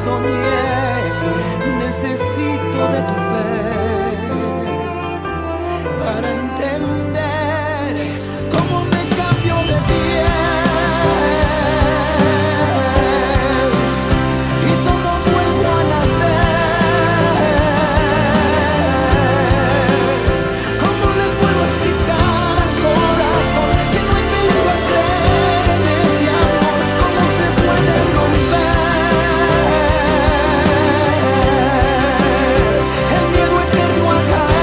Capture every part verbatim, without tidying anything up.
soñé. Necesito de tu fe para entender cómo me cambio de piel y cómo vuelvo a nacer. ¿Cómo le puedo explicar al corazón que no hay peligro al creer en este amor? ¿Cómo se puede romper el miedo eterno a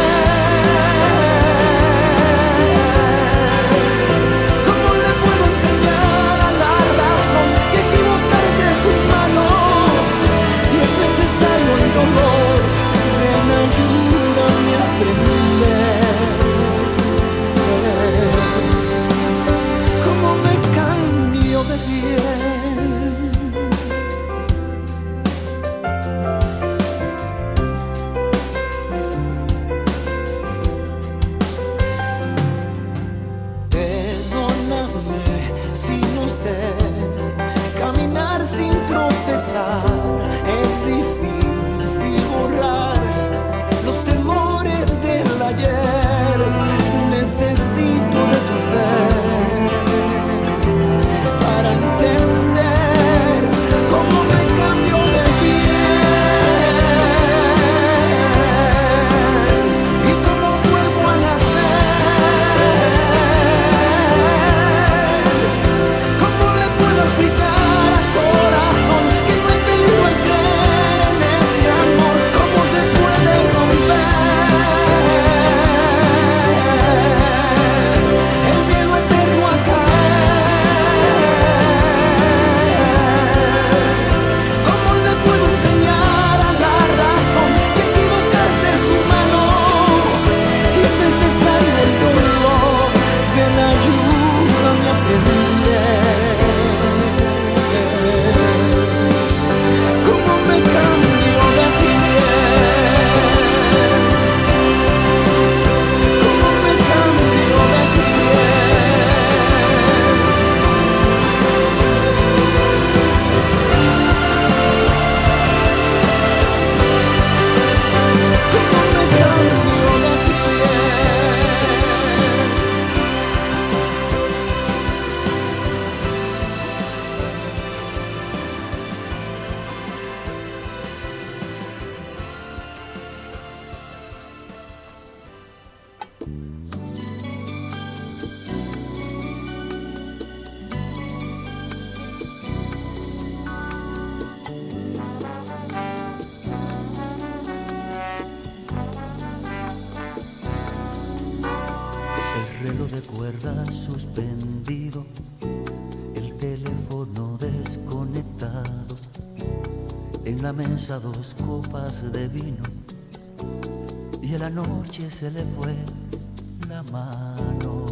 caer? ¿Cómo le puedo enseñar a la razón que equivocarse es humano y es necesario el dolor? Ven, ayúdame a aprender cómo me cambio de piel. Perdóname si no sé caminar sin tropezar. Es difícil borrar los temores del ayer. Necesito de tu fe para entender cómo me cambio de piel y cómo vuelvo a nacer. ¿Cómo le puedo explicar al corazón que no hay peligro al creer en este amor? ¿Cómo se puede romper el miedo eterno a caer? ¿Cómo le puedo enseñar a la razón que equivocarse es humano y es necesario el dolor? Ven, ayúdame a aprender cómo me cambio de piel, cómo me cambio de piel, cómo me cambio de El reloj de cuerdas suspendido, el teléfono desconectado, en la mesa dos copas de vino y a la noche se le fue la mano.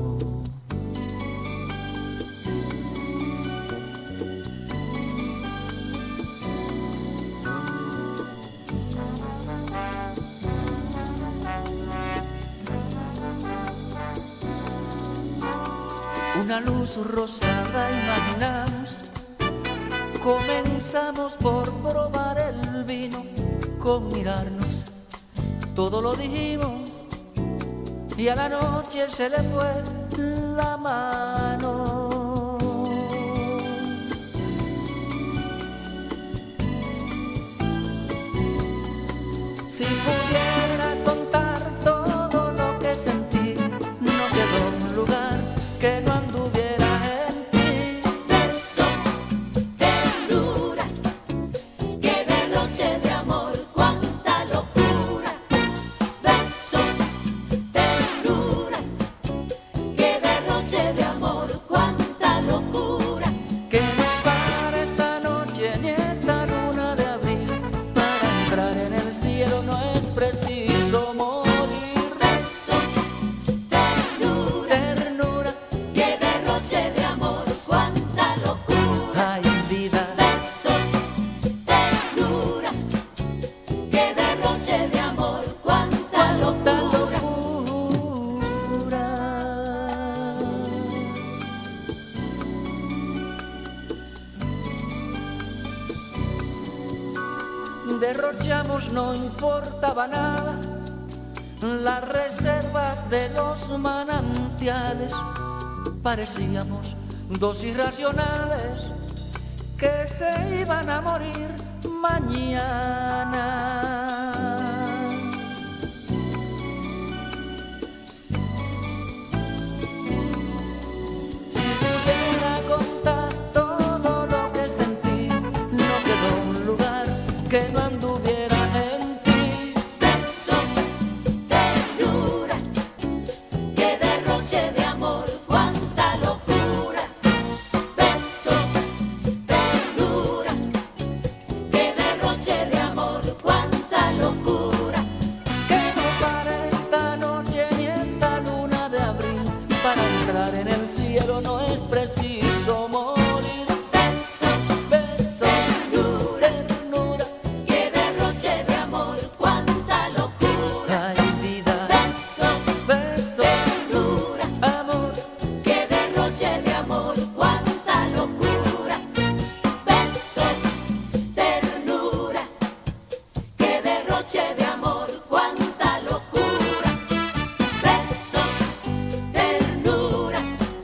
Una luz rosada imaginamos, comenzamos por probar el vino, con mirarnos todo lo dijimos y a la noche se le fue la mano. Si pudiera contar todo lo que sentí, no quedó un lugar que no anduviera en ti. Besos, ternura, qué derroche de amor, cuánta locura. Besos, ternura, qué derroche de amor, cuánta locura. Que no para esta noche ni esta luna de abril para entrar en el cielo nuestro. derrochamos, no importaba nada, las reservas de los manantiales. Parecíamos dos irracionales que se iban a morir mañana. Si pudiera contar todo lo que sentí, no quedó un lugar que no anduviera en ti. Besos, ternura, que derroche de amor, cuánta locura. Besos, ternura, que derroche de amor, cuánta locura. Que no pare esta noche ni esta luna de abril, para entrar en el cielo no es preciso morir. Besos, Besos, ternura, ternura, que derroche de amor, cuánta locura. ay vida, Besos, besos, ternura, amor, que derroche de amor, cuánta locura. Besos, ternura, que derroche de amor, cuánta locura. Besos, ternura,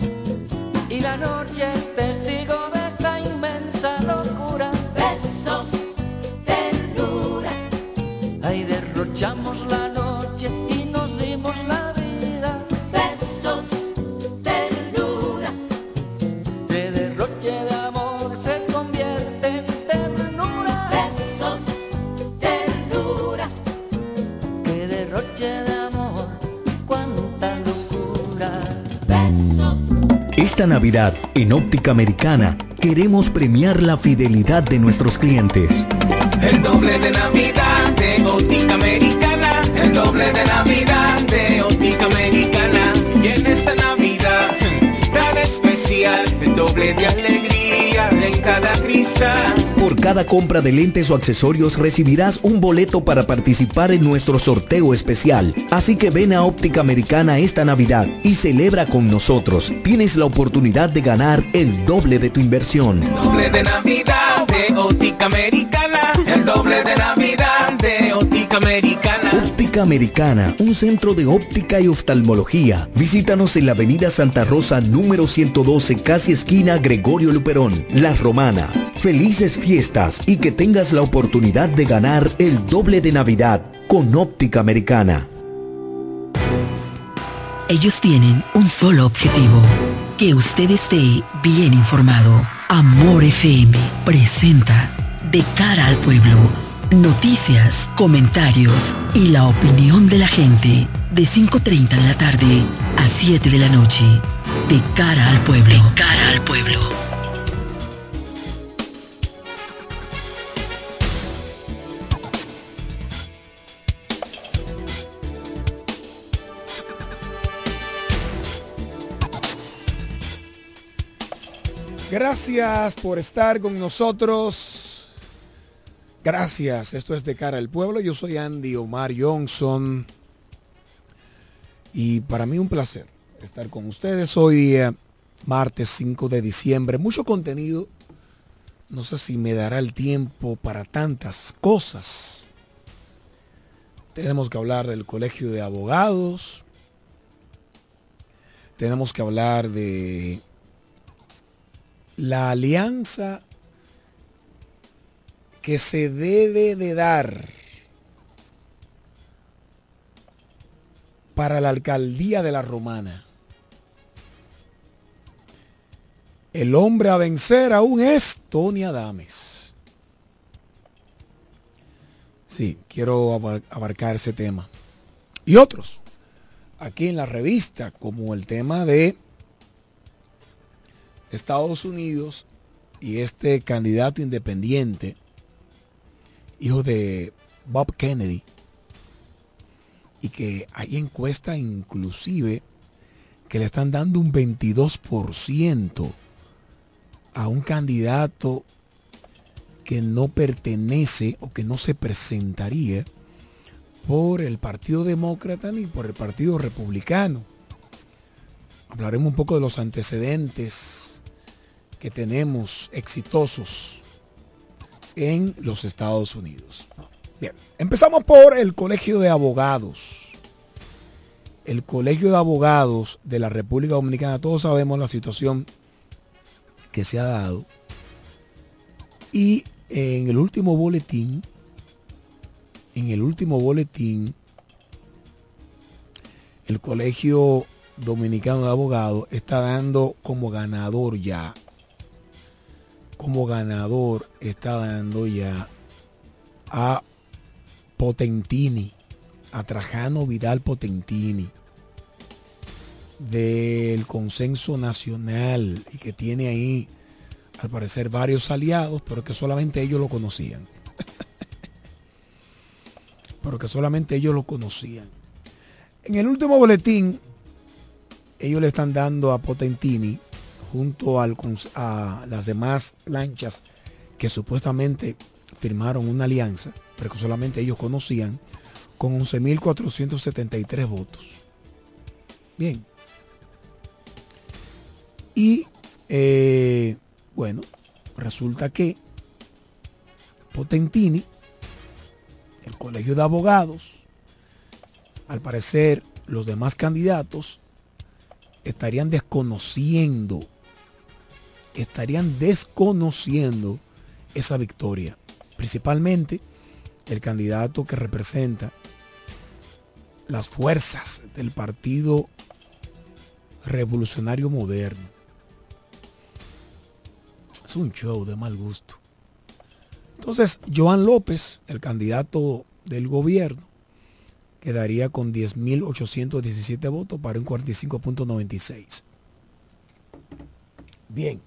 y la noche es testigo de esta inmensa locura. besos, ternura, Ahí derrochamos la noche y nos dimos la vida. besos, ternura, De derroche de amor se convierte en ternura. besos, ternura. Que derroche de amor, cuánta locura. Besos, Esta Navidad, en Óptica Americana, queremos premiar la fidelidad de nuestros clientes. El doble de Navidad de Óptica Americana, el doble de Navidad de Óptica Americana. Y en esta Navidad tan especial, el doble de alegría en cada cristal. Por cada compra de lentes o accesorios recibirás un boleto para participar en nuestro sorteo especial. Así que ven a Óptica Americana esta Navidad y celebra con nosotros. Tienes la oportunidad de ganar el doble de tu inversión. Doble de Navidad de Óptica Americana, el doble de Navidad de Óptica Americana. Óptica Americana, un centro de óptica y oftalmología. Visítanos en la avenida Santa Rosa número ciento doce, casi esquina Gregorio Luperón, La Romana. Felices fiestas y que tengas la oportunidad de ganar el doble de Navidad con Óptica Americana. Ellos tienen un solo objetivo, que usted esté bien informado. Amor F M presenta De Cara al Pueblo, noticias, comentarios y la opinión de la gente, de cinco y treinta de la tarde a siete de la noche. De Cara al Pueblo. De Cara al Pueblo. Gracias por estar con nosotros. Gracias. Esto es De Cara al Pueblo. Yo soy Andy Omar Johnson. Y para mí un placer estar con ustedes hoy, eh, martes cinco de diciembre. Mucho contenido. No sé si me dará el tiempo para tantas cosas. Tenemos que hablar del Colegio de Abogados. Tenemos que hablar de la alianza que se debe de dar para la alcaldía de La Romana. El hombre a vencer aún es Tony Adames. Sí, quiero abarcar ese tema. Y otros, aquí en la revista, como el tema de Estados Unidos y este candidato independiente, hijo de Bob Kennedy, y que hay encuesta inclusive que le están dando un veintidós por ciento a un candidato que no pertenece o que no se presentaría por el Partido Demócrata ni por el Partido Republicano. Hablaremos un poco de los antecedentes que tenemos exitosos en los Estados Unidos. Bien, empezamos por el Colegio de Abogados. El Colegio de Abogados de la República Dominicana, todos sabemos la situación que se ha dado. Y en el último boletín, en el último boletín, el Colegio Dominicano de Abogados está dando como ganador ya, como ganador está dando ya a Potentini, a Trajano Vidal Potentini, del Consenso Nacional, y que tiene ahí al parecer varios aliados, pero que solamente ellos lo conocían. pero que solamente ellos lo conocían. En el último boletín, ellos le están dando a Potentini, junto al, a las demás planchas que supuestamente firmaron una alianza, pero que solamente ellos conocían, con once mil cuatrocientos setenta y tres votos. Bien. Y, eh, bueno, resulta que Potentini, el Colegio de Abogados, al parecer los demás candidatos estarían desconociendo, estarían desconociendo esa victoria. Principalmente el candidato que representa las fuerzas del Partido Revolucionario Moderno. Es un show de mal gusto. Entonces, Joan López, el candidato del gobierno, quedaría con diez mil ochocientos diecisiete votos para un cuarenta y cinco punto noventa y seis. Bien.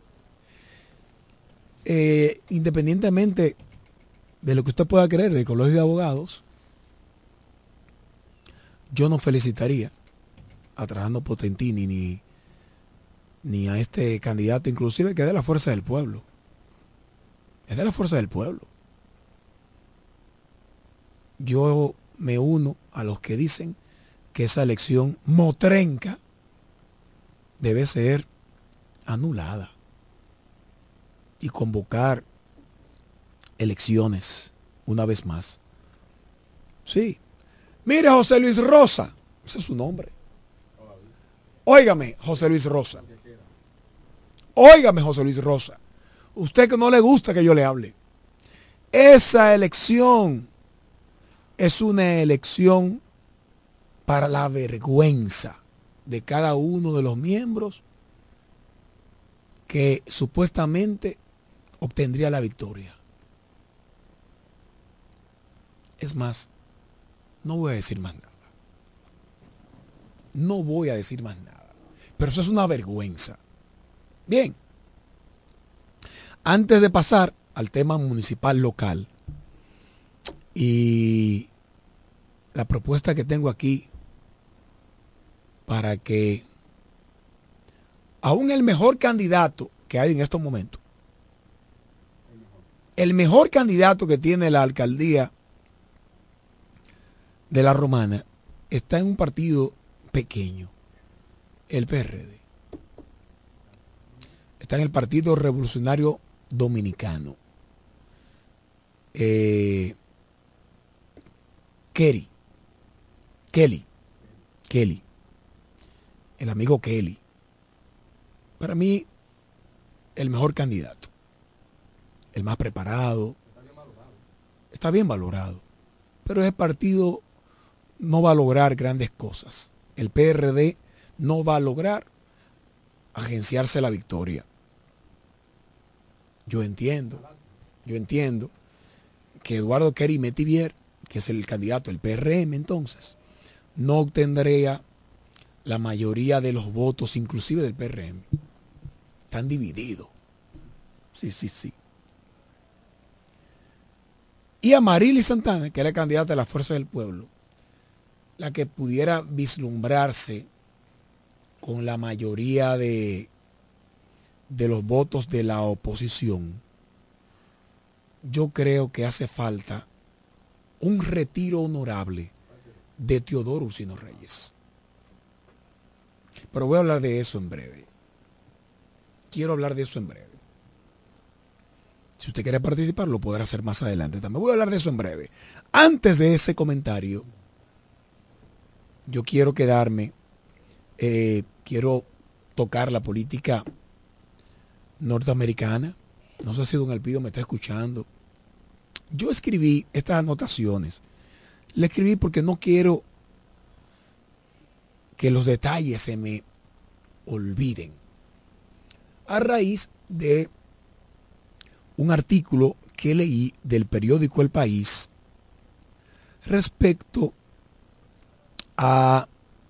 Eh, independientemente de lo que usted pueda creer del Colegio de Abogados, yo no felicitaría a Trajano Potentini ni, ni a este candidato, inclusive que es de la Fuerza del Pueblo. Es de la Fuerza del Pueblo. Yo me uno a los que dicen que esa elección motrenca debe ser anulada y convocar elecciones una vez más. Sí. Mire, José Luis Rosa, ese es su nombre. Óigame, José Luis Rosa. Óigame, José Luis Rosa. Usted que no le gusta que yo le hable. Esa elección es una elección para la vergüenza de cada uno de los miembros que supuestamente obtendría la victoria. Es más, no voy a decir más nada. No voy a decir más nada. Pero eso es una vergüenza. Bien. Antes de pasar al tema municipal local y la propuesta que tengo aquí para que aún el mejor candidato que hay en estos momentos, el mejor candidato que tiene la alcaldía de La Romana, está en un partido pequeño, el P R D. Está en el Partido Revolucionario Dominicano. Eh, Kelly. Kelly. Kelly. El amigo Kelly. Para mí, el mejor candidato. El más preparado. Está bien valorado. Pero ese partido no va a lograr grandes cosas. El P R D no va a lograr agenciarse la victoria. Yo entiendo, yo entiendo que Eduardo Kerry Metivier, que es el candidato del P R M entonces, no obtendría la mayoría de los votos, inclusive del P R M. Están divididos. Sí, sí, sí. Y a Marily Santana, que era candidata de la Fuerza del Pueblo, la que pudiera vislumbrarse con la mayoría de, de los votos de la oposición, yo creo que hace falta un retiro honorable de Teodoro Ursino Reyes. Pero voy a hablar de eso en breve. Quiero hablar de eso en breve. Si usted quiere participar, lo podrá hacer más adelante. También voy a hablar de eso en breve. Antes de ese comentario, yo quiero quedarme, eh, quiero tocar la política norteamericana. No sé si don Elpidio me está escuchando. Yo escribí estas anotaciones. Le escribí porque no quiero que los detalles se me olviden. A raíz de un artículo que leí del periódico El País respecto a,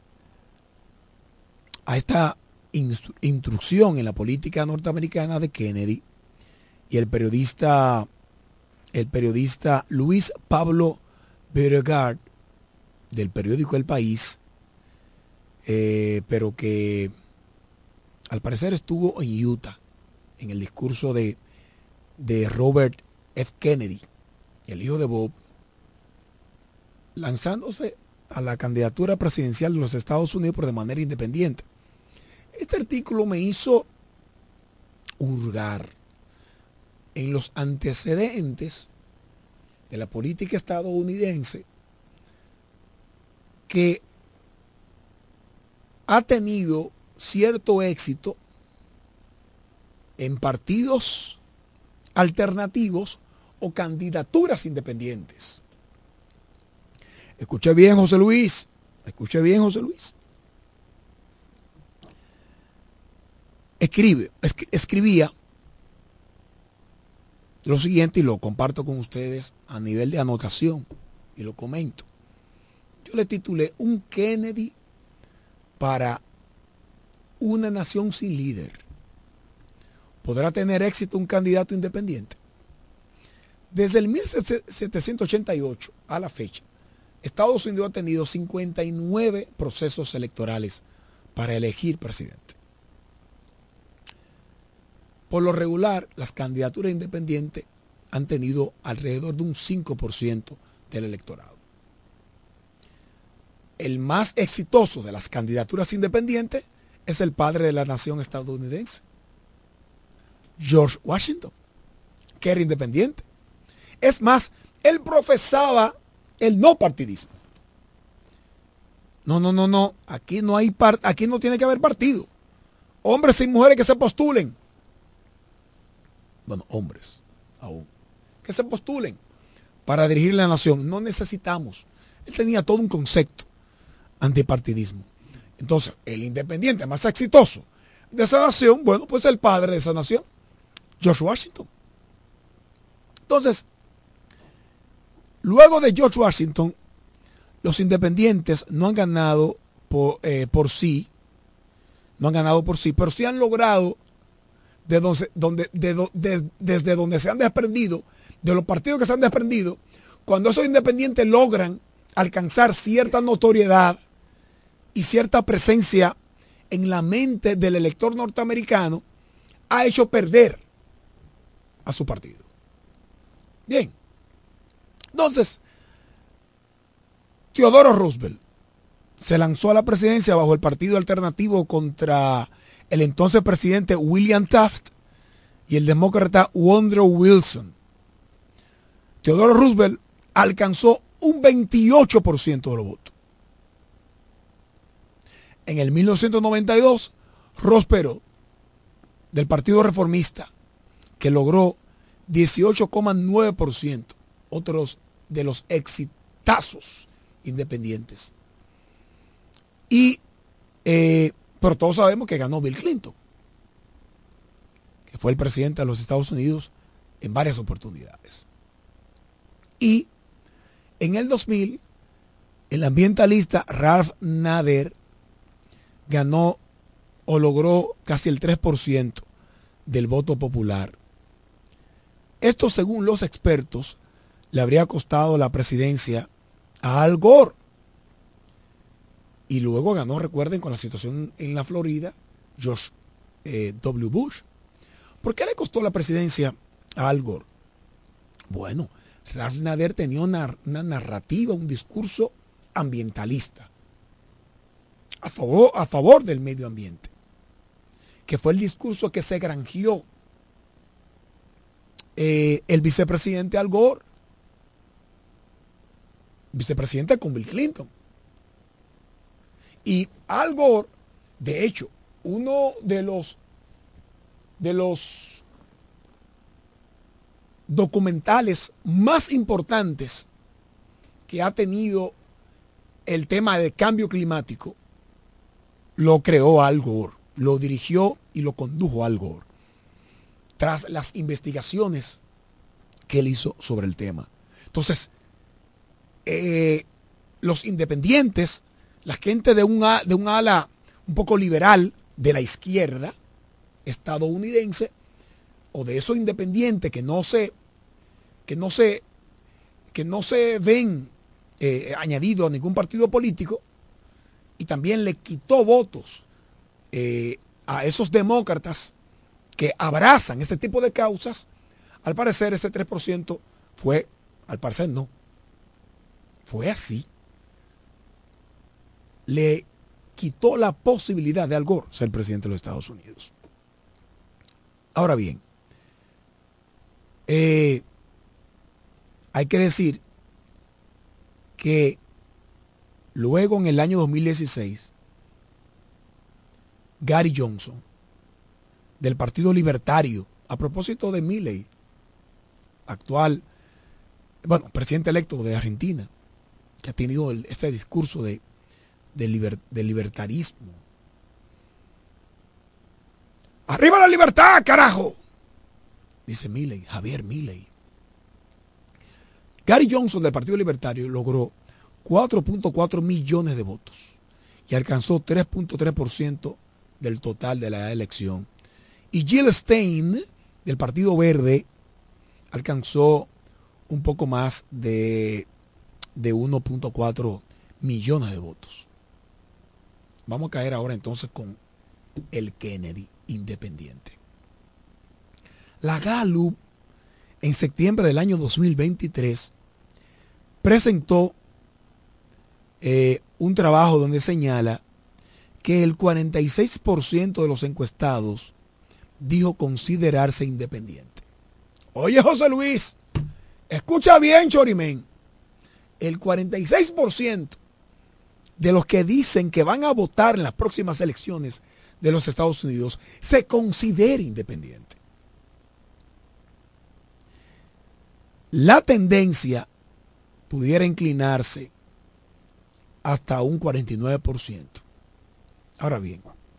a esta instru- instrucción en la política norteamericana de Kennedy, y el periodista el periodista Luis Pablo Beauregard del periódico El País, eh, pero que al parecer estuvo en Utah en el discurso de, de Robert F. Kennedy, el hijo de Bob, lanzándose a la candidatura presidencial de los Estados Unidos por de manera independiente. Este artículo me hizo hurgar en los antecedentes de la política estadounidense, que ha tenido cierto éxito en partidos alternativos o candidaturas independientes. Escuche bien, José Luis. Escuche bien, José Luis. Escribe, es- escribía lo siguiente y lo comparto con ustedes a nivel de anotación y lo comento. Yo le titulé Un Kennedy para una nación sin líder. ¿Podrá tener éxito un candidato independiente? Desde el mil setecientos ochenta y ocho a la fecha, Estados Unidos ha tenido cincuenta y nueve procesos electorales para elegir presidente. Por lo regular, las candidaturas independientes han tenido alrededor de un cinco por ciento del electorado. El más exitoso de las candidaturas independientes es el padre de la nación estadounidense, George Washington, que era independiente. Es más, él profesaba el no partidismo. No, no, no, no. Aquí no hay par- aquí no tiene que haber partido. Hombres y mujeres que se postulen. Bueno, hombres aún. Que se postulen para dirigir la nación. No necesitamos. Él tenía todo un concepto antipartidismo. Entonces, el independiente más exitoso de esa nación, bueno, pues el padre de esa nación, George Washington. Entonces, luego de George Washington, los independientes no han ganado por, eh, por sí, no han ganado por sí, pero sí han logrado de donde, donde, de, de, desde donde se han desprendido, de los partidos que se han desprendido, cuando esos independientes logran alcanzar cierta notoriedad y cierta presencia en la mente del elector norteamericano, ha hecho perder a su partido. Bien. Entonces, Teodoro Roosevelt se lanzó a la presidencia bajo el partido alternativo contra el entonces presidente William Taft y el demócrata Woodrow Wilson. Teodoro Roosevelt alcanzó un veintiocho por ciento de los votos. En el mil novecientos noventa y dos, Ross Perot, del Partido Reformista, que logró dieciocho coma nueve por ciento, otros de los exitazos independientes. Y, eh, pero todos sabemos que ganó Bill Clinton, que fue el presidente de los Estados Unidos en varias oportunidades. Y en el dos mil, el ambientalista Ralph Nader ganó o logró casi el tres por ciento del voto popular. Esto, según los expertos, le habría costado la presidencia a Al Gore. Y luego ganó, recuerden, con la situación en la Florida, George eh, W. Bush. ¿Por qué le costó la presidencia a Al Gore? Bueno, Ralph Nader tenía una, una narrativa, un discurso ambientalista a favor, a favor del medio ambiente, que fue el discurso que se granjeó eh, el vicepresidente Al Gore, vicepresidente con Bill Clinton. Y Al Gore, de hecho, uno de los de los documentales más importantes que ha tenido el tema de cambio climático, lo creó Al Gore, lo dirigió y lo condujo Al Gore, tras las investigaciones que él hizo sobre el tema. Entonces, eh, los independientes, la gente de un, de un ala un poco liberal de la izquierda estadounidense, o de esos independientes que no se, que no se, que no se ven eh, añadidos a ningún partido político, y también le quitó votos eh, a esos demócratas que abrazan este tipo de causas. Al parecer ese tres por ciento fue, al parecer no, fue así. Le quitó la posibilidad de Al Gore ser presidente de los Estados Unidos. Ahora bien, eh, hay que decir que luego en el año dos mil dieciséis, Gary Johnson, del Partido Libertario, a propósito de Milei, actual, bueno, presidente electo de Argentina, que ha tenido el, este discurso de, de, liber, de libertarismo. ¡Arriba la libertad, carajo! Dice Milei, Javier Milei. Gary Johnson del Partido Libertario logró cuatro punto cuatro millones de votos y alcanzó tres punto tres por ciento del total de la elección. Y Jill Stein del Partido Verde alcanzó un poco más de, de uno punto cuatro millones de votos. Vamos a caer ahora entonces con el Kennedy independiente. La Gallup en septiembre del año dos mil veintitrés presentó eh, un trabajo donde señala que el cuarenta y seis por ciento de los encuestados dijo considerarse independiente. Oye, José Luis, escucha bien, Chorimén. El cuarenta y seis por ciento de los que dicen que van a votar en las próximas elecciones de los Estados Unidos se considera independiente. La tendencia pudiera inclinarse hasta un cuarenta y nueve por ciento. Ahora bien,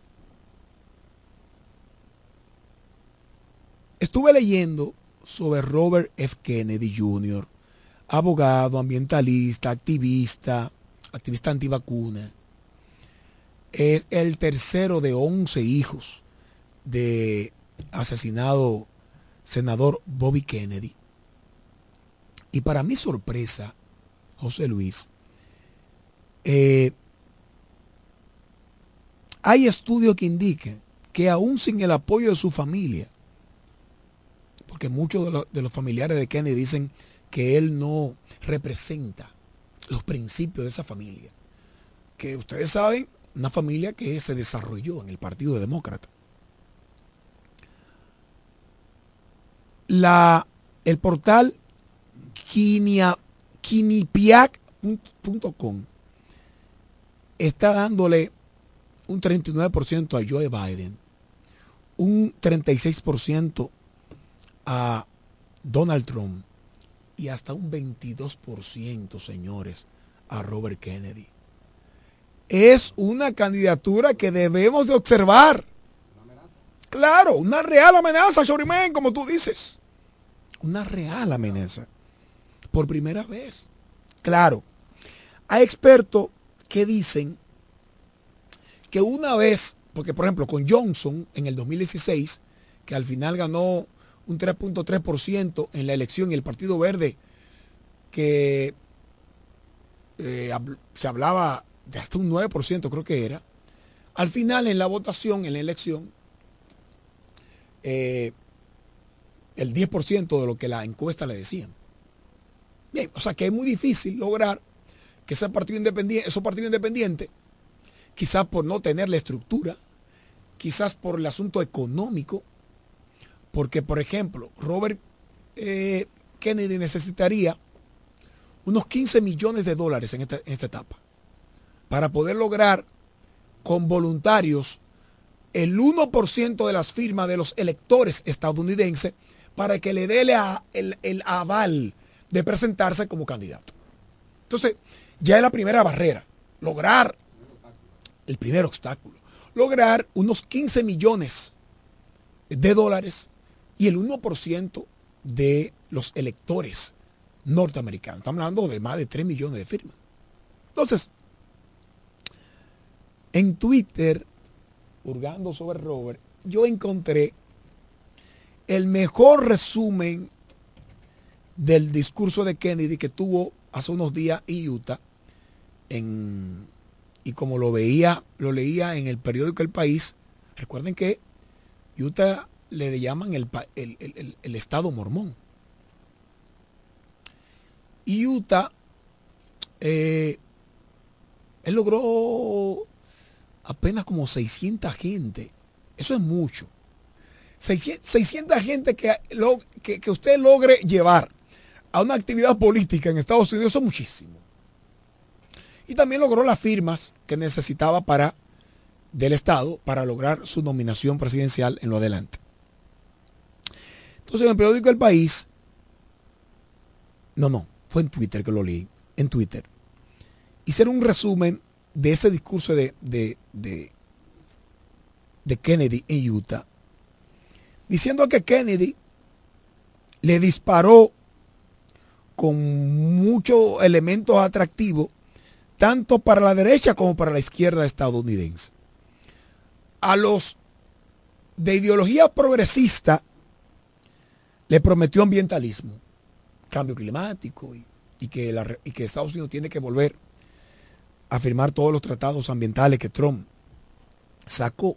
estuve leyendo sobre Robert F. Kennedy junior, abogado, ambientalista, activista, activista antivacuna. Es el tercero de once hijos de asesinado senador Bobby Kennedy. Y para mi sorpresa, José Luis, eh, hay estudios que indican que aún sin el apoyo de su familia, porque muchos de, lo, de los familiares de Kennedy dicen que él no representa los principios de esa familia, que ustedes saben, una familia que se desarrolló en el Partido Demócrata. La, el portal Quinnipiac punto com está dándole un treinta y nueve por ciento a Joe Biden, un treinta y seis por ciento a Donald Trump y hasta un veintidós por ciento, señores, a Robert Kennedy. Es una candidatura que debemos de observar. Claro, una real amenaza, Chorimén, como tú dices. Una real amenaza. Por primera vez. Claro, hay expertos que dicen que una vez, porque por ejemplo con Johnson en el dos mil dieciséis, que al final ganó un tres punto tres por ciento en la elección, y el Partido Verde, que eh, se hablaba de hasta un nueve por ciento creo que era, al final en la votación, en la elección, eh, el diez por ciento de lo que la encuesta le decían. Bien, o sea que es muy difícil lograr que ese partido independiente, esos partidos independientes, quizás por no tener la estructura, quizás por el asunto económico, porque por ejemplo, Robert eh, Kennedy necesitaría unos quince millones de dólares en esta, en esta etapa para poder lograr con voluntarios el uno por ciento de las firmas de los electores estadounidenses para que le dé el, el aval de presentarse como candidato. Entonces, ya es la primera barrera, lograr el primer obstáculo, lograr unos quince millones de dólares y el uno por ciento de los electores norteamericanos. Estamos hablando de más de tres millones de firmas. Entonces, en Twitter, hurgando sobre Robert, yo encontré el mejor resumen del discurso de Kennedy que tuvo hace unos días en Utah, en, y como lo veía, lo leía en el periódico El País. Recuerden que Utah le llaman el, el, el, el estado mormón. Y Utah, eh, él logró apenas como seiscientas gente. Eso es mucho. seiscientas gente que, lo, que, que usted logre llevar a una actividad política en Estados Unidos, eso es muchísimo. Y también logró las firmas que necesitaba para del Estado para lograr su nominación presidencial en lo adelante. Entonces en el periódico El País, no, no, fue en Twitter que lo leí, en Twitter, hicieron un resumen de ese discurso de, de, de, de Kennedy en Utah, diciendo que Kennedy le disparó con muchos elementos atractivos, tanto para la derecha como para la izquierda estadounidense. A los de ideología progresista le prometió ambientalismo, cambio climático y, y, que la, y que Estados Unidos tiene que volver a firmar todos los tratados ambientales que Trump sacó.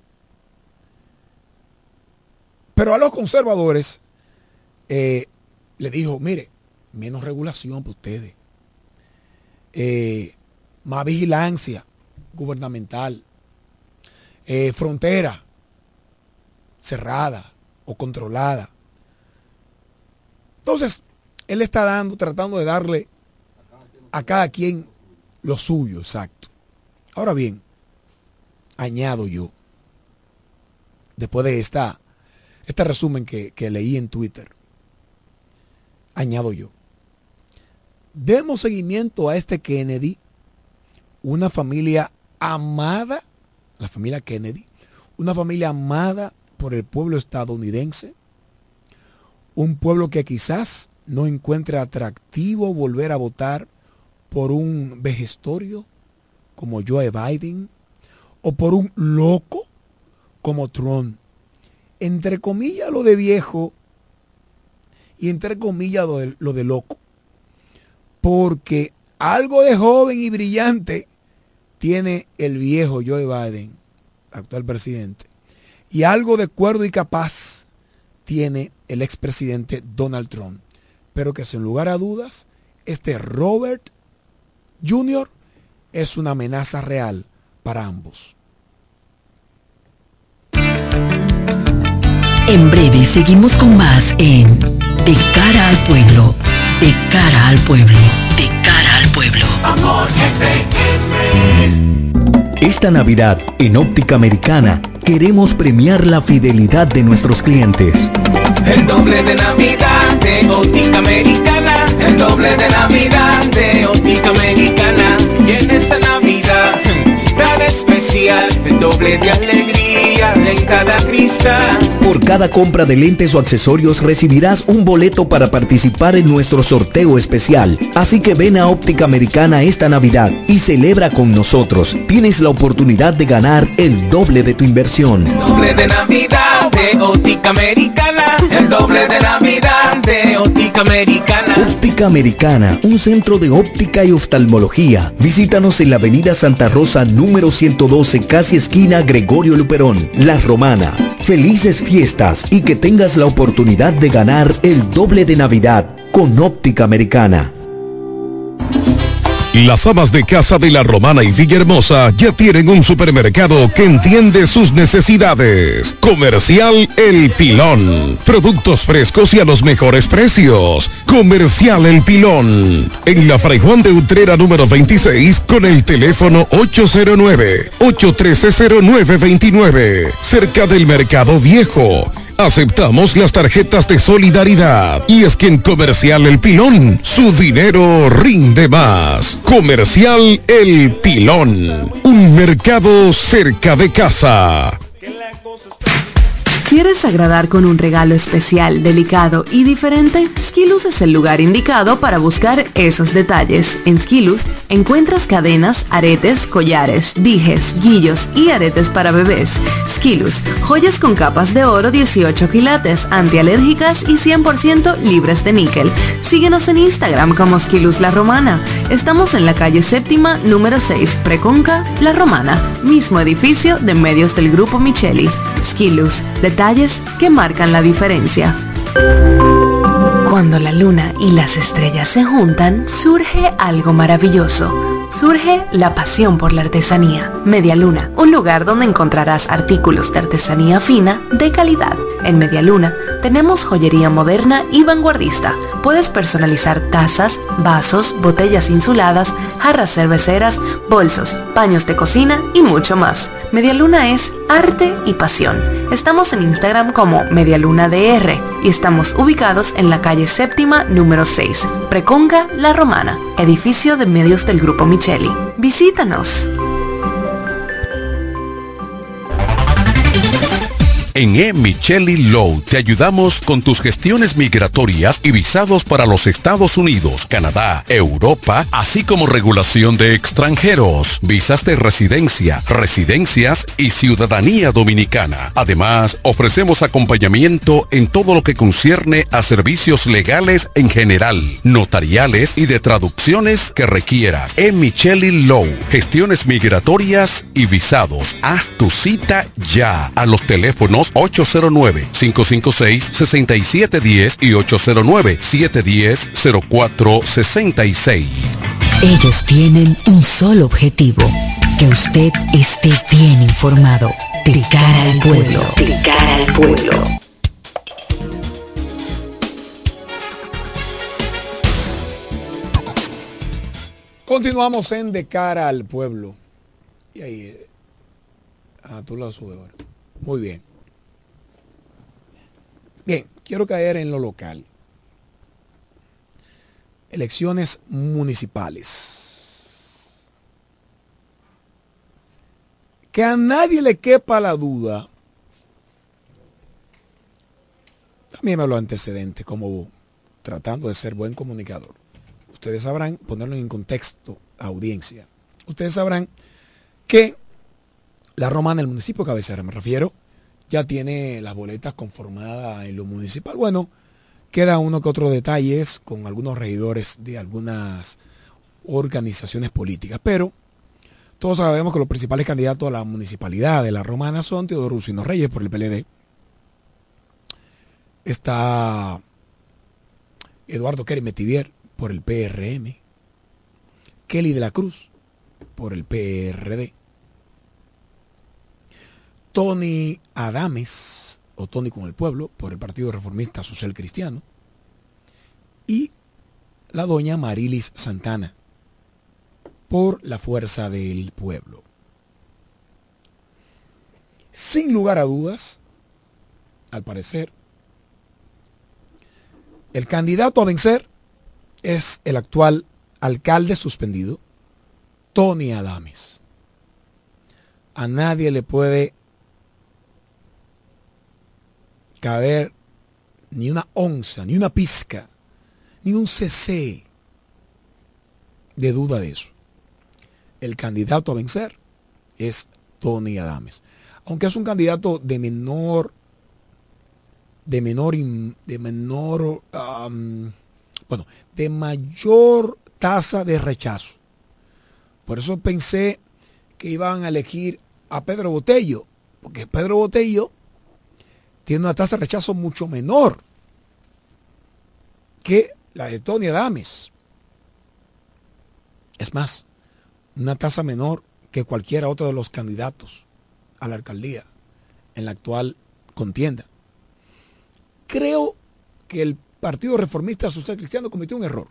Pero a los conservadores eh, le dijo, mire, menos regulación para ustedes, eh, más vigilancia gubernamental, eh, frontera cerrada o controlada. Entonces, él está dando, tratando de darle a cada quien lo suyo, exacto. Ahora bien, añado yo, después de esta, este resumen que, que leí en Twitter, añado yo, demos seguimiento a este Kennedy, una familia amada, la familia Kennedy, una familia amada por el pueblo estadounidense, un pueblo que quizás no encuentre atractivo volver a votar por un vejestorio como Joe Biden o por un loco como Trump. Entre comillas lo de viejo y entre comillas lo de, lo de loco. Porque algo de joven y brillante tiene el viejo Joe Biden, actual presidente, y algo de cuerdo y capaz tiene el expresidente Donald Trump. Pero que sin lugar a dudas, este Robert junior es una amenaza real para ambos. En breve seguimos con más en De Cara al Pueblo. De Cara al Pueblo. De Cara al Pueblo. Amor F M. Esta Navidad, en Óptica Americana, queremos premiar la fidelidad de nuestros clientes. El doble de Navidad de Óptica Americana, el doble de Navidad de Óptica Americana. Y en esta Navidad tan especial, el doble de alegría en cada cristal. Por cada compra de lentes o accesorios recibirás un boleto para participar en nuestro sorteo especial. Así que ven a Óptica Americana esta Navidad y celebra con nosotros. Tienes la oportunidad de ganar el doble de tu inversión. El doble de Navidad de Óptica Americana, el doble de Navidad de Óptica Americana. Óptica Americana, un centro de óptica y oftalmología. Visítanos en la avenida Santa Rosa número ciento doce, casi esquina Gregorio Luperón, La Romana. Felices fiestas y que tengas la oportunidad de ganar el doble de Navidad con Óptica Americana. Las amas de casa de La Romana y Villahermosa ya tienen un supermercado que entiende sus necesidades. Comercial El Pilón. Productos frescos y a los mejores precios. Comercial El Pilón. En la Fray Juan de Utrera número veintiséis con el teléfono ocho cero nueve, ocho uno tres cero nueve dos nueve. Cerca del Mercado Viejo. Aceptamos las tarjetas de solidaridad. Y es que en Comercial El Pilón, su dinero rinde más. Comercial El Pilón. Un mercado cerca de casa. ¿Quieres agradar con un regalo especial, delicado y diferente? Skilus es el lugar indicado para buscar esos detalles. En Skilus encuentras cadenas, aretes, collares, dijes, guillos y aretes para bebés. Skilus, joyas con capas de oro dieciocho quilates, antialérgicas y cien por ciento libres de níquel. Síguenos en Instagram como Skilus La Romana. Estamos en la calle séptima, número seis, Preconca, La Romana, mismo edificio de medios del Grupo Micheli. Skilus, detalles que marcan la diferencia. Cuando la luna y las estrellas se juntan, surge algo maravilloso. Surge la pasión por la artesanía. Media Luna, un lugar donde encontrarás artículos de artesanía fina de calidad. En Media Luna tenemos joyería moderna y vanguardista. Puedes personalizar tazas, vasos, botellas insuladas, jarras cerveceras, bolsos, paños de cocina y mucho más. Media Luna es arte y pasión. Estamos en Instagram como Medialuna D R y estamos ubicados en la calle séptima, número seis, Preconga, La Romana, edificio de medios del Grupo Micheli. Visítanos. En E. Micheli Law te ayudamos con tus gestiones migratorias y visados para los Estados Unidos, Canadá, Europa, así como regulación de extranjeros, visas de residencia, residencias y ciudadanía dominicana. Además, ofrecemos acompañamiento en todo lo que concierne a servicios legales en general, notariales y de traducciones que requieras. E. Micheli Law, gestiones migratorias y visados. Haz tu cita ya a los teléfonos ocho cero nueve, cinco cinco seis, seis siete uno cero y ocho cero nueve, siete uno cero, cero cuatro seis seis. Ellos tienen un solo objetivo, que usted esté bien informado. De cara al pueblo. De cara al pueblo. Continuamos en De Cara al Pueblo. Y ahí, ah, tú la subes ahora. Muy bien. Bien, quiero caer en lo local. Elecciones municipales. Que a nadie le quepa la duda. También me habló antecedentes como tratando de ser buen comunicador. Ustedes sabrán, ponerlo en contexto, audiencia. Ustedes sabrán que La Romana, el municipio de cabecera, me refiero, ya tiene las boletas conformadas en lo municipal. Bueno, queda uno que otro detalles con algunos regidores de algunas organizaciones políticas, pero todos sabemos que los principales candidatos a la municipalidad de La Romana son Teodoro Ursino Reyes por el P L D. Está Eduardo Kerry Metivier por el P R M. Kelly de la Cruz por el P R D. Tony Adames, o Tony con el Pueblo, por el Partido Reformista Social Cristiano. Y la doña Marilis Santana, por la Fuerza del Pueblo. Sin lugar a dudas, al parecer, el candidato a vencer es el actual alcalde suspendido, Tony Adames. A nadie le puede caber ni una onza, ni una pizca, ni un cc de duda de eso. El candidato a vencer es Tony Adames. Aunque es un candidato de menor, de menor, de menor, um, bueno, de mayor tasa de rechazo. Por eso pensé que iban a elegir a Pedro Botello, porque Pedro Botello tiene una tasa de rechazo mucho menor que la de Tony Adames. Es más, una tasa menor que cualquiera otro de los candidatos a la alcaldía en la actual contienda. Creo que el Partido Reformista Social Cristiano cometió un error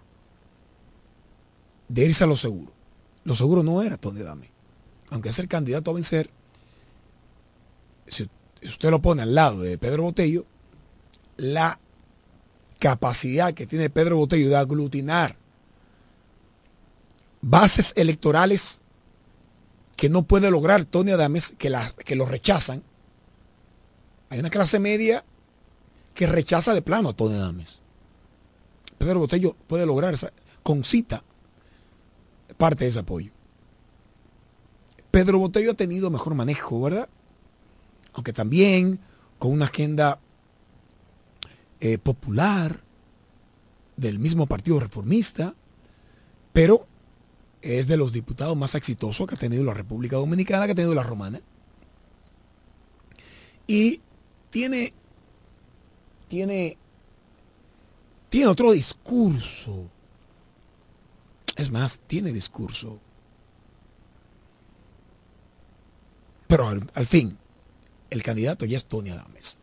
de irse a lo seguro. Lo seguro no era Tony Adames. Aunque es el candidato a vencer, si usted lo pone al lado de Pedro Botello, la capacidad que tiene Pedro Botello de aglutinar bases electorales que no puede lograr Tony Adames, que, la, que lo rechazan. Hay una clase media que rechaza de plano a Tony Adames. Pedro Botello puede lograr esa, concita parte de ese apoyo. Pedro Botello ha tenido mejor manejo, ¿verdad? Aunque también con una agenda eh, popular del mismo Partido Reformista, pero es de los diputados más exitosos que ha tenido la República Dominicana, que ha tenido la Romana. Y tiene, tiene, tiene otro discurso. Es más, tiene discurso. Pero al, al fin, el candidato ya es Tony Adames.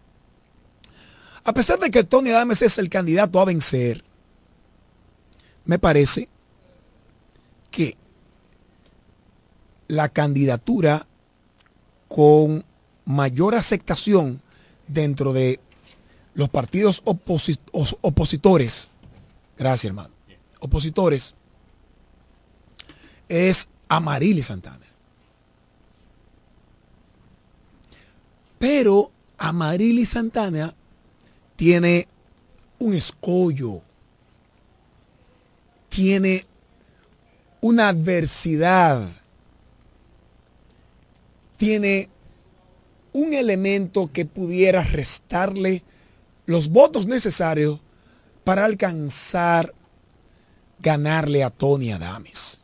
A pesar de que Tony Adames es el candidato a vencer, me parece que la candidatura con mayor aceptación dentro de los partidos oposi- opositores, gracias hermano, opositores, es Amarilis Santana. Pero Amarilis Santana tiene un escollo, tiene una adversidad, tiene un elemento que pudiera restarle los votos necesarios para alcanzar ganarle a Tony Adames.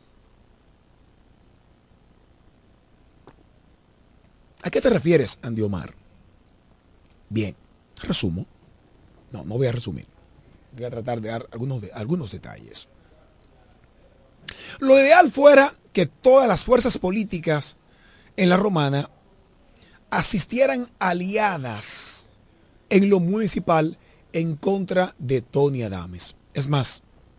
¿A qué te refieres, Andy Omar? Bien, resumo. No, no voy a resumir. Voy a tratar de dar algunos, de, algunos detalles. Lo ideal fuera que todas las fuerzas políticas en la Romana asistieran aliadas en lo municipal en contra de Tony Adames. Es más,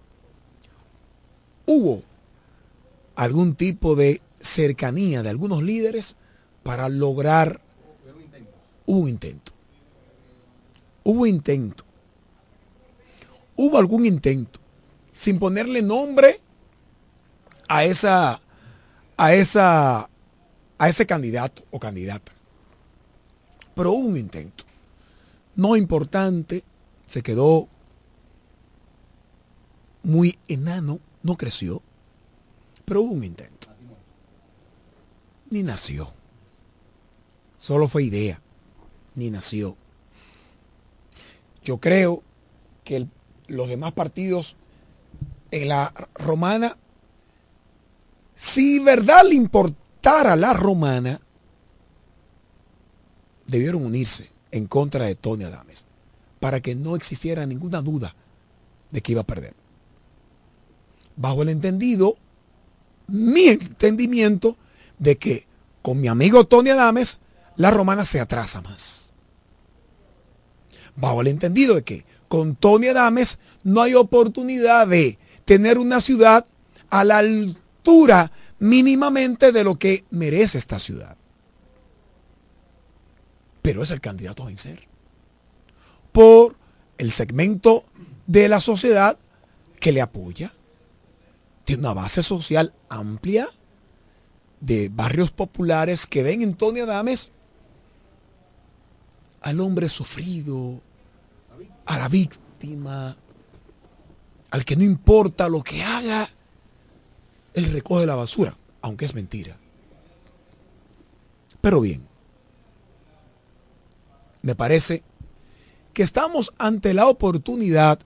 hubo algún tipo de cercanía de algunos líderes para lograr. Hubo un intento. Hubo intento. Hubo algún intento, sin ponerle nombre a esa, a esa, a ese candidato o candidata. Pero hubo un intento. No importante, se quedó muy enano, no creció, pero hubo un intento. Ni nació. Solo fue idea, ni nació. Yo creo que el, los demás partidos en la Romana, si verdad le importara la Romana, debieron unirse en contra de Tony Adames para que no existiera ninguna duda de que iba a perder. Bajo el entendido, mi entendimiento, de que con mi amigo Tony Adames, la Romana se atrasa más. Bajo el entendido de que con Tony Adames no hay oportunidad de tener una ciudad a la altura mínimamente de lo que merece esta ciudad. Pero es el candidato a vencer por el segmento de la sociedad que le apoya. Tiene una base social amplia de barrios populares que ven en Tony Adames al hombre sufrido, a la víctima, al que no importa lo que haga, él recoge la basura, aunque es mentira. Pero bien, me parece que estamos ante la oportunidad,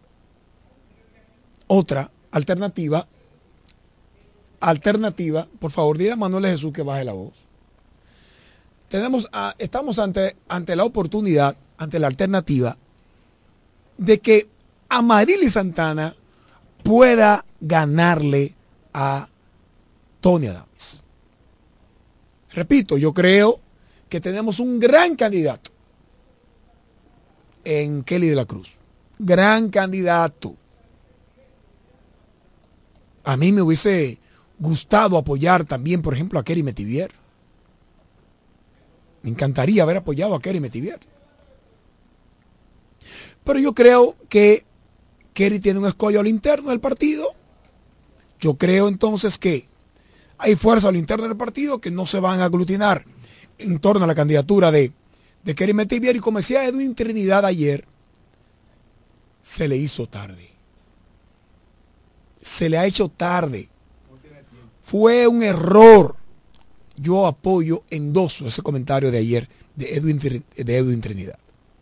otra alternativa, alternativa, por favor, dile a Manuel Jesús que baje la voz. Tenemos a, estamos ante, ante la oportunidad, ante la alternativa, de que Amarilis Santana pueda ganarle a Tony Adames. Repito, yo creo que tenemos un gran candidato en Kelly de la Cruz. Gran candidato. A mí me hubiese gustado apoyar también, por ejemplo, a Kerry Metivier. Me encantaría haber apoyado a Kerry Metivier. Pero yo creo que Kerry tiene un escollo al interno del partido. Yo creo entonces que hay fuerza al interno del partido que no se van a aglutinar en torno a la candidatura de, de Kerry Metivier. Y como decía Edwin Trinidad ayer, se le hizo tarde. Se le ha hecho tarde. Fue un error. Yo apoyo, endoso ese comentario de ayer de Edwin, de Edwin Trinidad.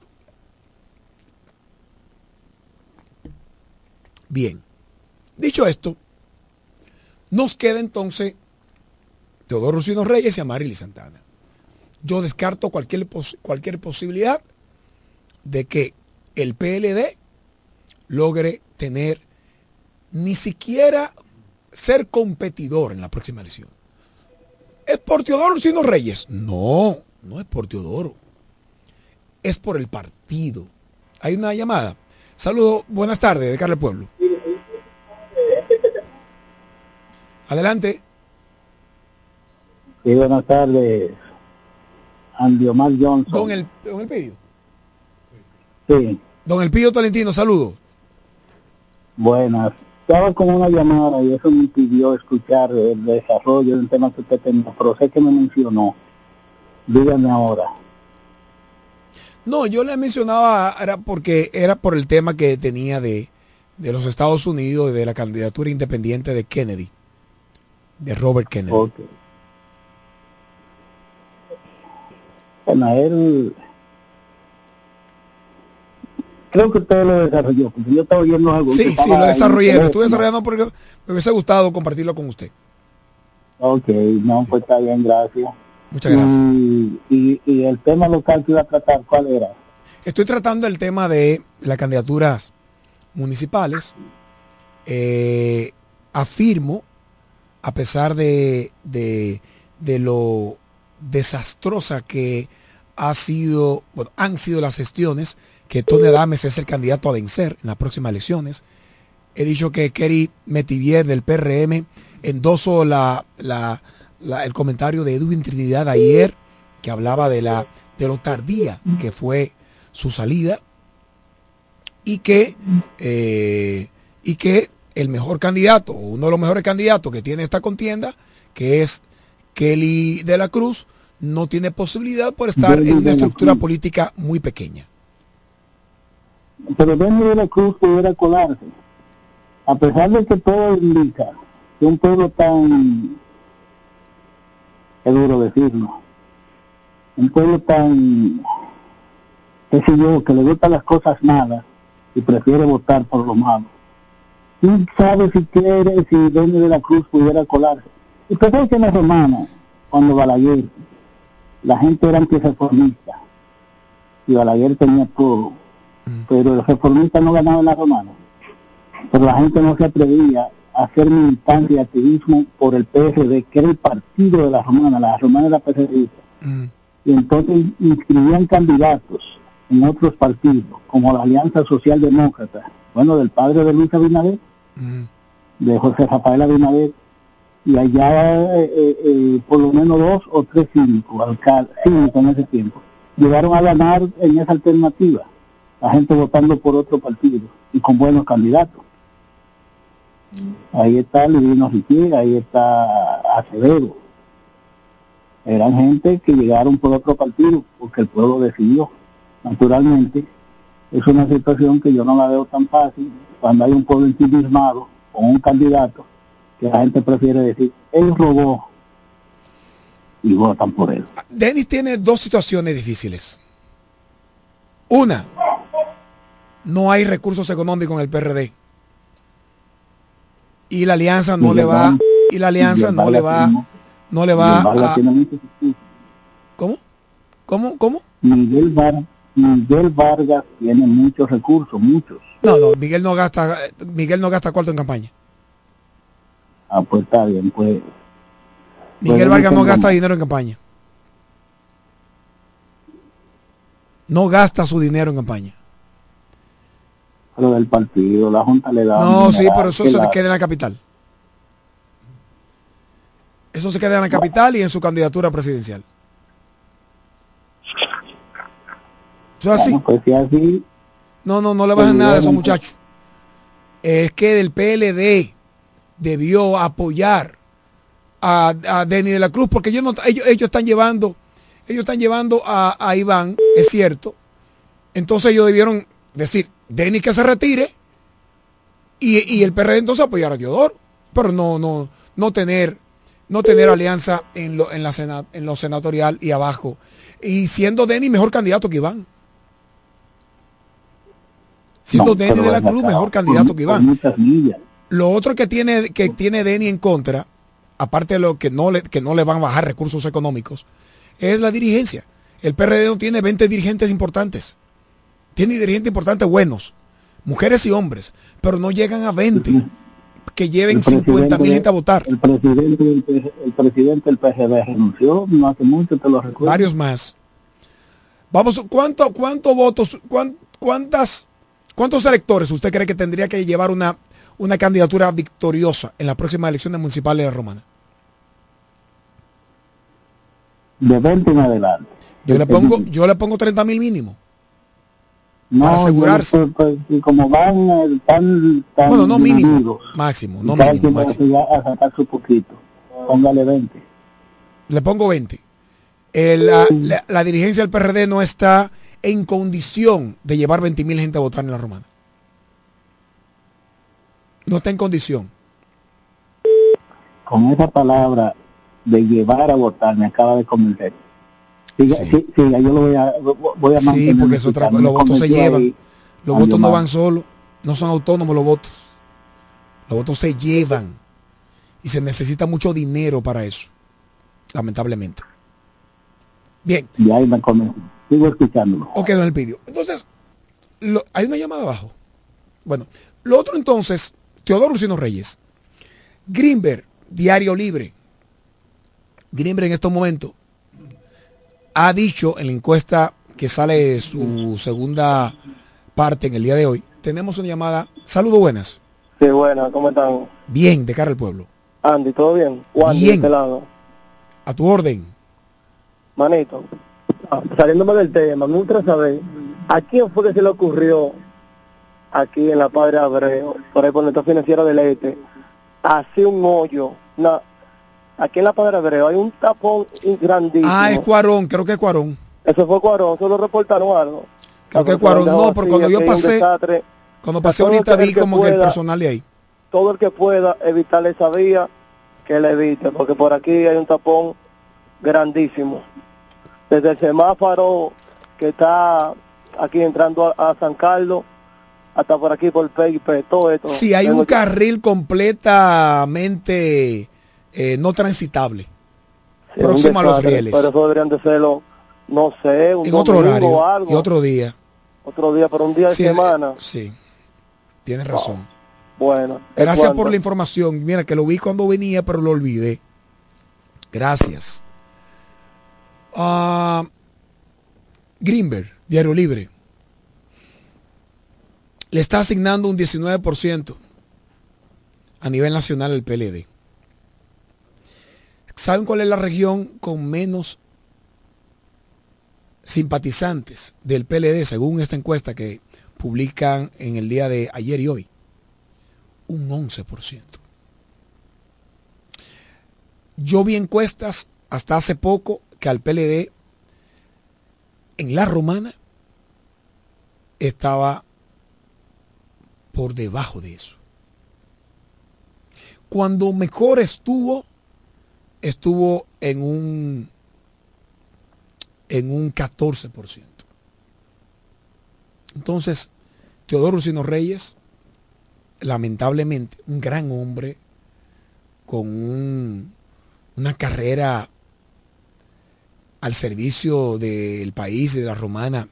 Bien. Dicho esto, nos queda entonces Teodoro Rufino Reyes y Amárili Santana. Yo descarto cualquier, pos cualquier posibilidad de que el P L D logre tener ni siquiera ser competidor en la próxima elección. ¿Es por Teodoro Rufino Reyes? No, no es por Teodoro. Es por el partido. Hay una llamada. Saludos, buenas tardes, de Carle Pueblo. Adelante. Sí, buenas tardes. Andy Omar Johnson. Don El, don El Pío. Sí. Don El Pío Tolentino, saludos. Buenas. Estaba con una llamada y eso me impidió escuchar el desarrollo del tema que usted tenía, pero sé que me mencionó. Dígame ahora. No, yo le mencionaba, era porque era por el tema que tenía de, de los Estados Unidos, de la candidatura independiente de Kennedy, de Robert Kennedy. Okay. Bueno, él... Creo que usted lo desarrolló, porque yo estaba oyendo algo. Sí, sí, lo desarrollé, lo estuve desarrollando porque me hubiese gustado compartirlo con usted. Ok, no, pues está bien, gracias. Muchas gracias. Y, y, y el tema local que iba a tratar, ¿cuál era? Estoy tratando el tema de las candidaturas municipales. Eh, afirmo, a pesar de, de, de lo desastrosa que ha sido, bueno, han sido las gestiones, que Tony Adames es el candidato a vencer en las próximas elecciones. He dicho que Kerry Metivier del P R M endosó la, la, la, el comentario de Edwin Trinidad ayer, que hablaba de, la, de lo tardía que fue su salida, y que, eh, y que el mejor candidato, uno de los mejores candidatos que tiene esta contienda, que es Kelly de la Cruz, no tiene posibilidad por estar en una estructura política muy pequeña. Pero Benny de la Cruz pudiera colarse, a pesar de que todo indica que un pueblo tan, es duro decirlo, un pueblo tan, qué sé yo, que le gustan las cosas malas y prefiere votar por lo malo. ¿Quién sabe si quiere, si Benny de la Cruz pudiera colarse? Y pensé que en la Romana, cuando Balaguer, la gente era antirreformista y Balaguer tenía todo, pero el reformista no ganaba en la Romana, pero la gente no se atrevía a hacer militancia y activismo por el P R D, que era el partido de la Romana, la Romana era P R D, mm. y entonces inscribían candidatos en otros partidos, como la Alianza Social Demócrata, bueno, del padre de Luis Abinader, mm. de José Rafael Abinader, y allá eh, eh, por lo menos dos o tres cívicos, alcaldes, cívicos en ese tiempo, llegaron a ganar en esa alternativa, la gente votando por otro partido y con buenos candidatos. Ahí está Livino Riquier, ahí está Acevedo. Eran gente que llegaron por otro partido porque el pueblo decidió. Naturalmente, es una situación que yo no la veo tan fácil cuando hay un pueblo ensimismado con un candidato que la gente prefiere decir, él robó, y votan por él. Denis tiene dos situaciones difíciles. Una, no hay recursos económicos en el P R D. Y la alianza no le va, y la alianza no le va, no le va a... ¿Cómo? ¿Cómo? ¿Cómo? Miguel Vargas, Miguel Vargas tiene muchos recursos, muchos. No, no, Miguel no gasta, Miguel no gasta cuarto en campaña. Ah, pues está bien, pues. Miguel pues, Vargas no tengo gasta más. dinero en campaña. No gasta su dinero en campaña. Lo del partido, la Junta le da. No, un sí, dineral, pero eso que se la- queda en la capital. Eso se queda en la capital y en su candidatura presidencial. Eso es así. Bueno, pues si así, No, no, no le pues, bajan nada a esos bueno, muchachos. Es que el P L D debió apoyar a, a Denny de la Cruz, porque ellos, no, ellos, ellos están llevando, ellos están llevando a, a Iván, es cierto. Entonces ellos debieron decir, Denny que se retire y, y el P R D entonces apoyar a Teodoro, pero no, no, no tener, no tener alianza en lo, en la sena, en lo senatorial y abajo. Y siendo Denny mejor candidato que Iván. Siendo no, Denny pero de la ven Cruz acá, mejor por- candidato que por Iván. muchas millas. Lo otro que tiene, que tiene Denny en contra, aparte de lo que no le, que no le van a bajar recursos económicos, es la dirigencia. El P R D no tiene veinte dirigentes importantes. Tiene dirigentes importantes buenos, mujeres y hombres, pero no llegan a veinte que lleven El cincuenta mil presidente- gente a votar. El presidente, del P- el presidente del P G B renunció no hace mucho, te lo recuerdo. Varios más. Vamos, ¿cuánto, cuántos votos, cuán- cuántas, cuántos electores usted cree que tendría que llevar una, una candidatura victoriosa en las próximas elecciones municipales de la Romana? De veinte en adelante. Yo le pongo, yo le pongo treinta mil mínimo. No, para asegurarse. yo, pues, pues, como van eh, tan, tan Bueno, no mínimo, divididos, máximo, y no cada mínimo, quien va máximo. a sacar su poquito. Póngale veinte. Le pongo veinte. El, la, la, la dirigencia del P R D no está en condición de llevar veinte mil gente a votar en la Romana. No está en condición. Con esa palabra de llevar a votar me acaba de convencer. Siga, Sí. sí, siga, yo lo voy a, voy a Sí, mantener porque es otra cosa. explicando. Los Me votos se convenció llevan. ahí Los a votos no Diomar. van solos. No son autónomos los votos. Los votos se llevan. Y se necesita mucho dinero para eso. Lamentablemente. Bien. Y ahí me convenció. Sigo escuchándolo. Ok, don Elpidio. Entonces, lo- hay una llamada abajo. Bueno, lo otro entonces, Teodoro Lucino Reyes. Greenberg, Diario Libre. Greenberg en estos momentos ha dicho en la encuesta que sale de su segunda parte en el día de hoy. Tenemos una llamada. Saludos, buenas. Sí, buenas, ¿cómo están? Bien, de cara al pueblo. Andy, ¿todo bien? Juan, de Bien. este lado. A tu orden. Manito, ah, saliéndome del tema, me gustaría saber, ¿a quién fue que se le ocurrió aquí en la Padre Abreu, por ahí por nuestra financiera del Este, hacer un hoyo? No, aquí en la Padre Abreu hay un tapón grandísimo. Ah, es Cuarón, creo que es Cuarón. Eso fue Cuarón, ¿solo reportaron algo? Creo que La Cuarón, persona no, dejó pero así, cuando yo aquí hay un pasé, desastre. cuando pasé Todo ahorita el vi que como que el pueda- personal de ahí. Todo el que pueda evitar esa vía, que la evite, porque por aquí hay un tapón grandísimo. Desde el semáforo que está aquí entrando a, a San Carlos, hasta por aquí por P I P, todo esto. Sí, hay Tengo un que- carril completamente eh, no transitable. sí, un próximo a los desastre, rieles. Pero eso deberían de serlo, no sé, un En otro domingo horario o algo. y otro día. Otro día, pero un día Sí, de semana. eh, sí, tienes razón. Bueno. Gracias ¿cuándo? por la información. Mira, que lo vi cuando venía, pero lo olvidé. Gracias. Ah, Greenberg, Diario Libre, le está asignando un diecinueve por ciento a nivel nacional al P L D. ¿Saben cuál es la región con menos simpatizantes del P L D según esta encuesta que publican en el día de ayer y hoy? Un once por ciento. Yo vi encuestas hasta hace poco que al P L D en la Romana estaba por debajo de eso. Cuando mejor estuvo, estuvo en un en un catorce por ciento. Entonces, Teodoro Lucino Reyes, lamentablemente, un gran hombre con un, una carrera al servicio del país y de la Romana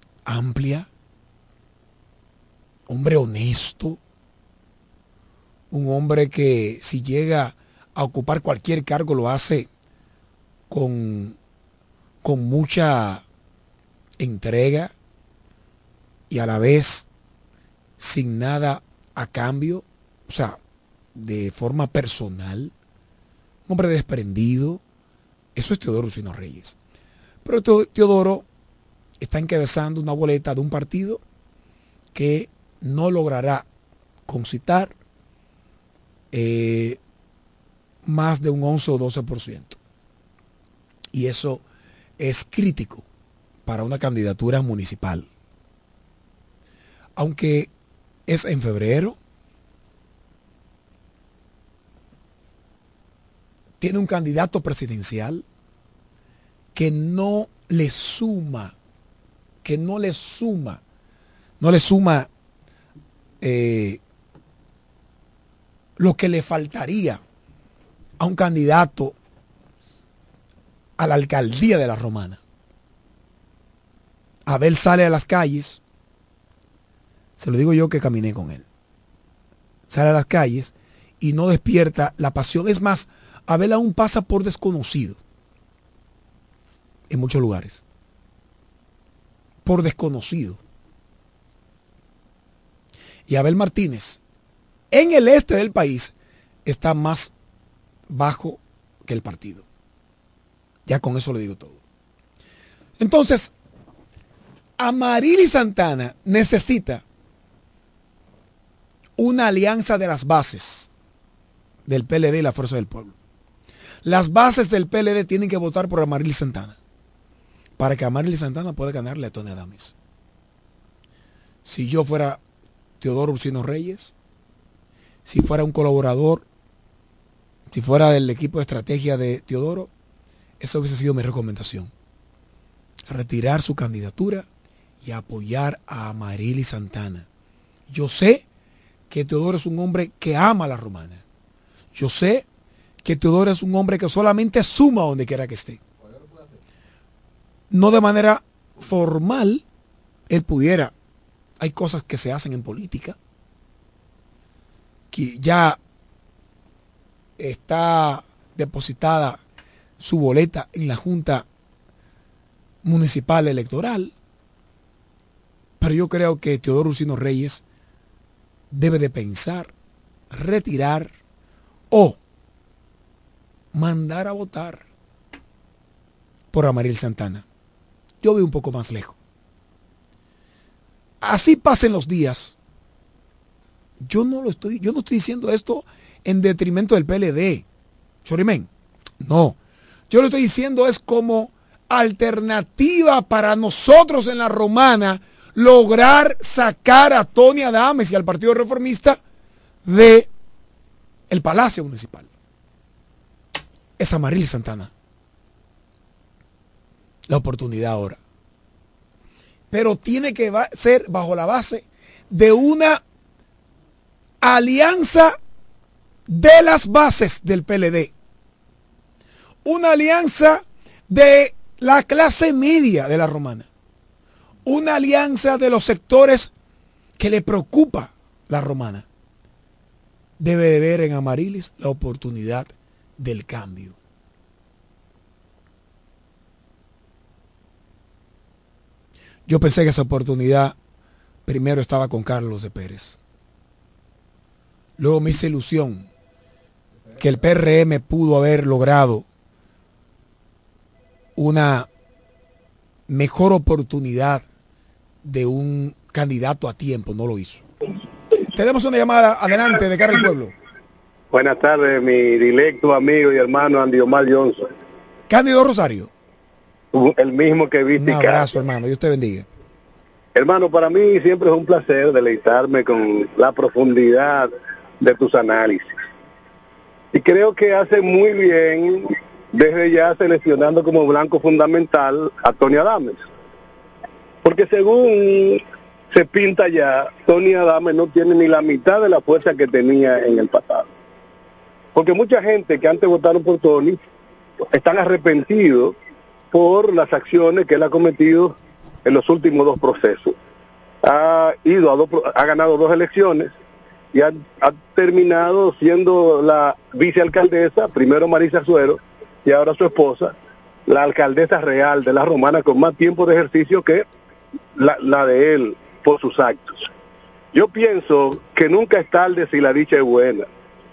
amplia, hombre honesto, un hombre que si llega a ocupar cualquier cargo lo hace con, con mucha entrega y a la vez sin nada a cambio, o sea, de forma personal, un hombre desprendido. Eso es Teodoro Rufino Reyes. Pero Teodoro está encabezando una boleta de un partido que no logrará concitar eh, más de un once o doce por ciento. Y eso es crítico para una candidatura municipal. Aunque es en febrero, tiene un candidato presidencial que no le suma, que no le suma, no le suma eh, lo que le faltaría a un candidato a la alcaldía de La Romana. Abel sale a las calles, se lo digo yo que caminé con él, sale a las calles y no despierta la pasión. Es más, Abel aún pasa por desconocido en muchos lugares, por desconocido. Y Abel Martínez, en el este del país, está más bajo que el partido. Ya con eso le digo todo. Entonces, Amarili Santana necesita una alianza de las bases del P L D y la Fuerza del Pueblo. Las bases del P L D tienen que votar por Amarili Santana para que Amarili Santana pueda ganarle a Tony Adames. Si yo fuera Teodoro Rufino Reyes, si fuera un colaborador, si fuera del equipo de estrategia de Teodoro, esa hubiese sido mi recomendación. Retirar su candidatura y apoyar a Amarili Santana. Yo sé que Teodoro es un hombre que ama a La Romana. Yo sé que Teodoro es un hombre que solamente suma donde quiera que esté. No de manera formal, él pudiera. Hay cosas que se hacen en política, que ya está depositada su boleta en la Junta Municipal Electoral, pero yo creo que Teodoro Rufino Reyes debe de pensar, retirar o mandar a votar por Amarili Santana. Yo veo un poco más lejos. Así pasen los días. Yo no lo estoy, yo no estoy diciendo esto en detrimento del P L D. Chorimén. No. Yo lo estoy diciendo es como alternativa para nosotros en La Romana lograr sacar a Tony Adames y al Partido Reformista de el Palacio Municipal. Es Amarili Santana la oportunidad ahora. Pero tiene que ser bajo la base de una alianza de las bases del P L D. Una alianza de la clase media de La Romana. Una alianza de los sectores que le preocupa La Romana. Debe de ver en Amarilis la oportunidad del cambio. Yo pensé que esa oportunidad primero estaba con Carlos de Pérez. Luego me hice ilusión que el P R M pudo haber logrado una mejor oportunidad de un candidato a tiempo. No lo hizo. Tenemos una llamada adelante de cara al pueblo. Buenas tardes, mi directo amigo y hermano Andy Omar Johnson. Cándido Rosario. El mismo que viste. Un abrazo, hermano. Dios te bendiga. Hermano, para mí siempre es un placer deleitarme con la profundidad de tus análisis. Y creo que hace muy bien desde ya seleccionando como blanco fundamental a Tony Adames. Porque según se pinta ya, Tony Adames no tiene ni la mitad de la fuerza que tenía en el pasado. Porque mucha gente que antes votaron por Tony están arrepentidos por las acciones que él ha cometido en los últimos dos procesos. Ha ido a dos, ha ganado dos elecciones y ha, ha terminado siendo la vicealcaldesa, primero Marisa Suero y ahora su esposa, la alcaldesa real de La Romana con más tiempo de ejercicio que la, la de él por sus actos. Yo pienso que nunca es tarde si la dicha es buena.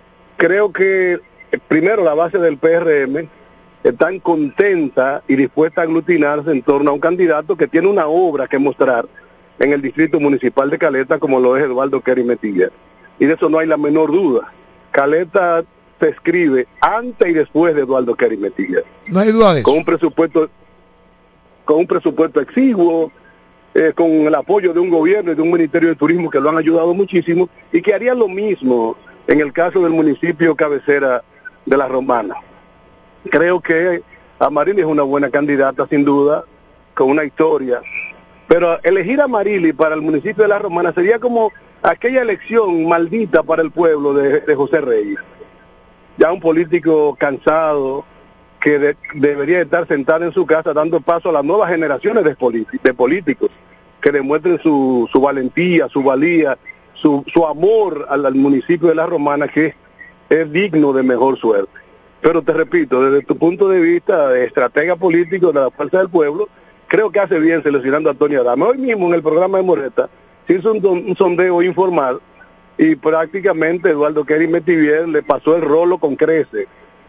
Creo que primero la base del P R M están contenta y dispuesta a aglutinarse en torno a un candidato que tiene una obra que mostrar en el distrito municipal de Caleta, como lo es Eduardo Kerry Metiller. Y de eso no hay la menor duda. Caleta se escribe antes y después de Eduardo Kerry Metiller. No hay duda de eso. Con un presupuesto, con un presupuesto exiguo, eh, con el apoyo de un gobierno y de un ministerio de turismo que lo han ayudado muchísimo y que haría lo mismo en el caso del municipio cabecera de La Romana. Creo que Amarilis es una buena candidata, sin duda, con una historia. Pero elegir a Amarilis para el municipio de La Romana sería como aquella elección maldita para el pueblo de, de José Reyes. Ya un político cansado que de, debería estar sentado en su casa dando paso a las nuevas generaciones de, de políticos que demuestren su, su valentía, su valía, su, su amor al, al municipio de La Romana, que es digno de mejor suerte. Pero te repito, desde tu punto de vista de estratega político de la Fuerza del Pueblo, creo que hace bien seleccionando a Tony Adame. Hoy mismo en el programa de Moreta se hizo un, un sondeo informal y prácticamente Eduardo Kerry Metiller le pasó el rolo con creces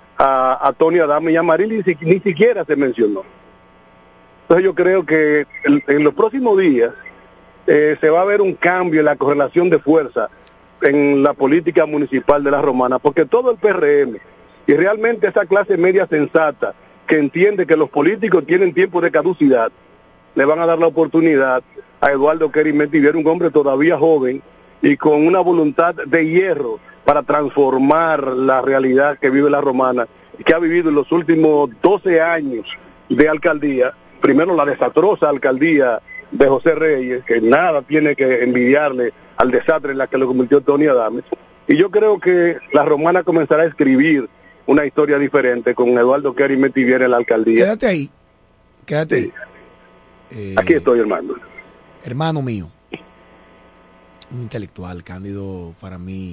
a, a Tony Adame y a Amarilis, y ni siquiera se mencionó. Entonces yo creo que en, en los próximos días eh, se va a ver un cambio en la correlación de fuerza en la política municipal de La Romana, porque todo el P R M y realmente esa clase media sensata que entiende que los políticos tienen tiempo de caducidad, le van a dar la oportunidad a Eduardo Kerry Metiller, un hombre todavía joven y con una voluntad de hierro para transformar la realidad que vive La Romana y que ha vivido en los últimos doce años de alcaldía. Primero la desastrosa alcaldía de José Reyes, que nada tiene que envidiarle al desastre en la que lo convirtió Tony Adame. Y yo creo que La Romana comenzará a escribir una historia diferente con Eduardo Kerry Metiller en la alcaldía. Quédate ahí, quédate ahí. Eh, Aquí estoy, hermano. Hermano mío, un intelectual. Cándido para mí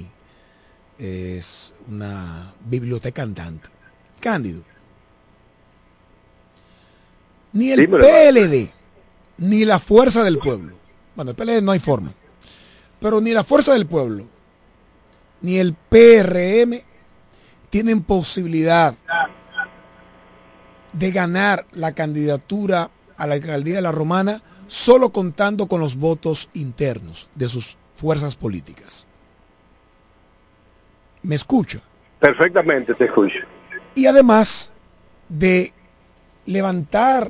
es una biblioteca andante. Cándido. Ni el Dímelo, P L D, ni la Fuerza del Pueblo, bueno, el P L D no hay forma, pero ni la Fuerza del Pueblo, ni el P R M tienen posibilidad de ganar la candidatura a la alcaldía de La Romana solo contando con los votos internos de sus fuerzas políticas. ¿Me escucha? Perfectamente, te escucho. Y además de levantar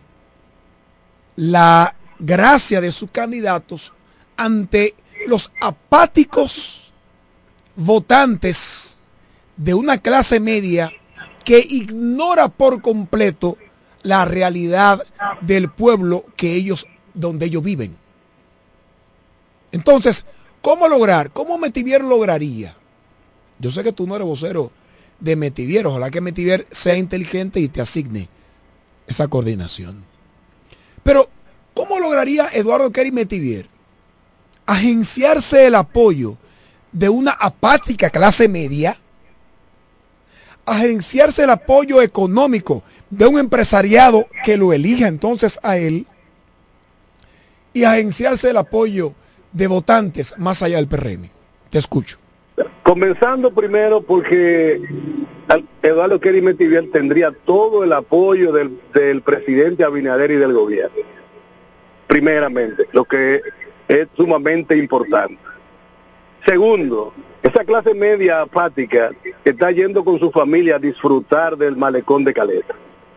la gracia de sus candidatos ante los apáticos votantes de una clase media que ignora por completo la realidad del pueblo que ellos, donde ellos viven. Entonces, ¿cómo lograr? ¿Cómo Metiller lograría? Yo sé que tú no eres vocero de Metiller, ojalá que Metiller sea inteligente y te asigne esa coordinación. Pero, ¿cómo lograría Eduardo Kerry Metiller agenciarse el apoyo de una apática clase media, agenciarse el apoyo económico de un empresariado que lo elija entonces a él y agenciarse el apoyo de votantes más allá del P R M? Te escucho. Comenzando primero porque Eduardo Kerry Metiller tendría todo el apoyo del, del presidente Abinader y del gobierno. Primeramente, lo que es sumamente importante. Segundo, esa clase media apática está yendo con su familia a disfrutar del malecón de Caleta.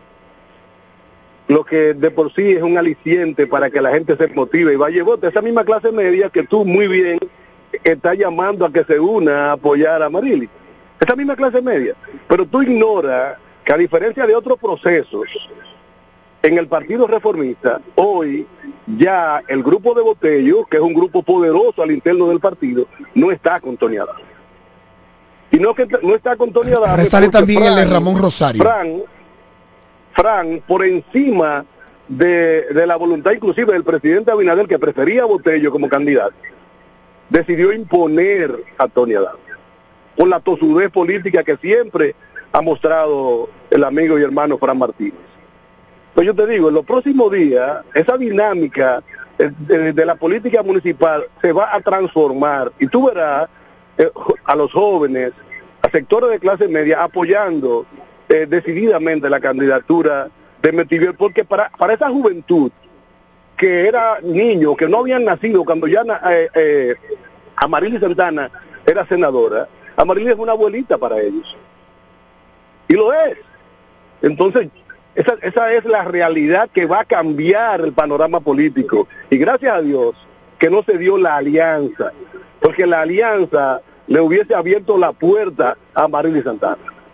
Lo que de por sí es un aliciente para que la gente se motive y vaya y vote. Esa misma clase media que tú muy bien está llamando a que se una a apoyar a Amarilis. Esa misma clase media. Pero tú ignoras que a diferencia de otros procesos, en el Partido Reformista, hoy ya el grupo de Botello, que es un grupo poderoso al interno del partido, no está con Tony Adame. Y no que no está con Tony Adame. Restaré también Fran, el de Ramón Rosario. Fran, Fran por encima de, de la voluntad inclusive del presidente Abinader, que prefería a Botello como candidato, decidió imponer a Tony Adames, por la tosudez política que siempre ha mostrado el amigo y hermano Fran Martínez. Pues yo te digo, en los próximos días, esa dinámica de, de, de la política municipal se va a transformar, y tú verás eh, a los jóvenes, a sectores de clase media, apoyando eh, decididamente la candidatura de Metivier, porque para, para esa juventud, que era niño, que no habían nacido cuando ya eh, eh, Amarilis Santana era senadora, Amarilis es una abuelita para ellos. Y lo es. Entonces, esa, esa es la realidad que va a cambiar el panorama político. Y gracias a Dios que no se dio la alianza, porque la alianza le hubiese abierto la puerta a Amarilis Santana.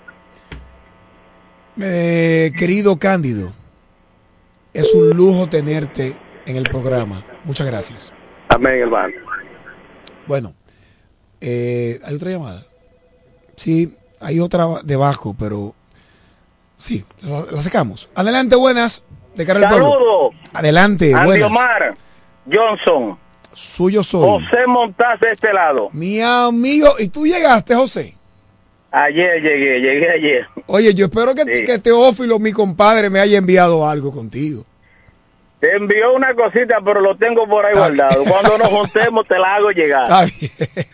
Eh, querido Cándido, es un lujo tenerte en el programa. Muchas gracias. Amén, hermano. Bueno, eh, ¿hay otra llamada? Sí, hay otra debajo, pero sí, la, la sacamos. Adelante, buenas, de cara al pueblo. Saludos. Adelante, Andy buenas. Omar Johnson. Suyo soy. José Montaz de este lado. Mi amigo, ¿y tú llegaste, José? Ayer llegué, llegué ayer. Oye, yo espero que, sí. que Teófilo, mi compadre, me haya enviado algo contigo. Te envió una cosita, pero lo tengo por ahí Está guardado. Bien. Cuando nos juntemos te la hago llegar. Está bien.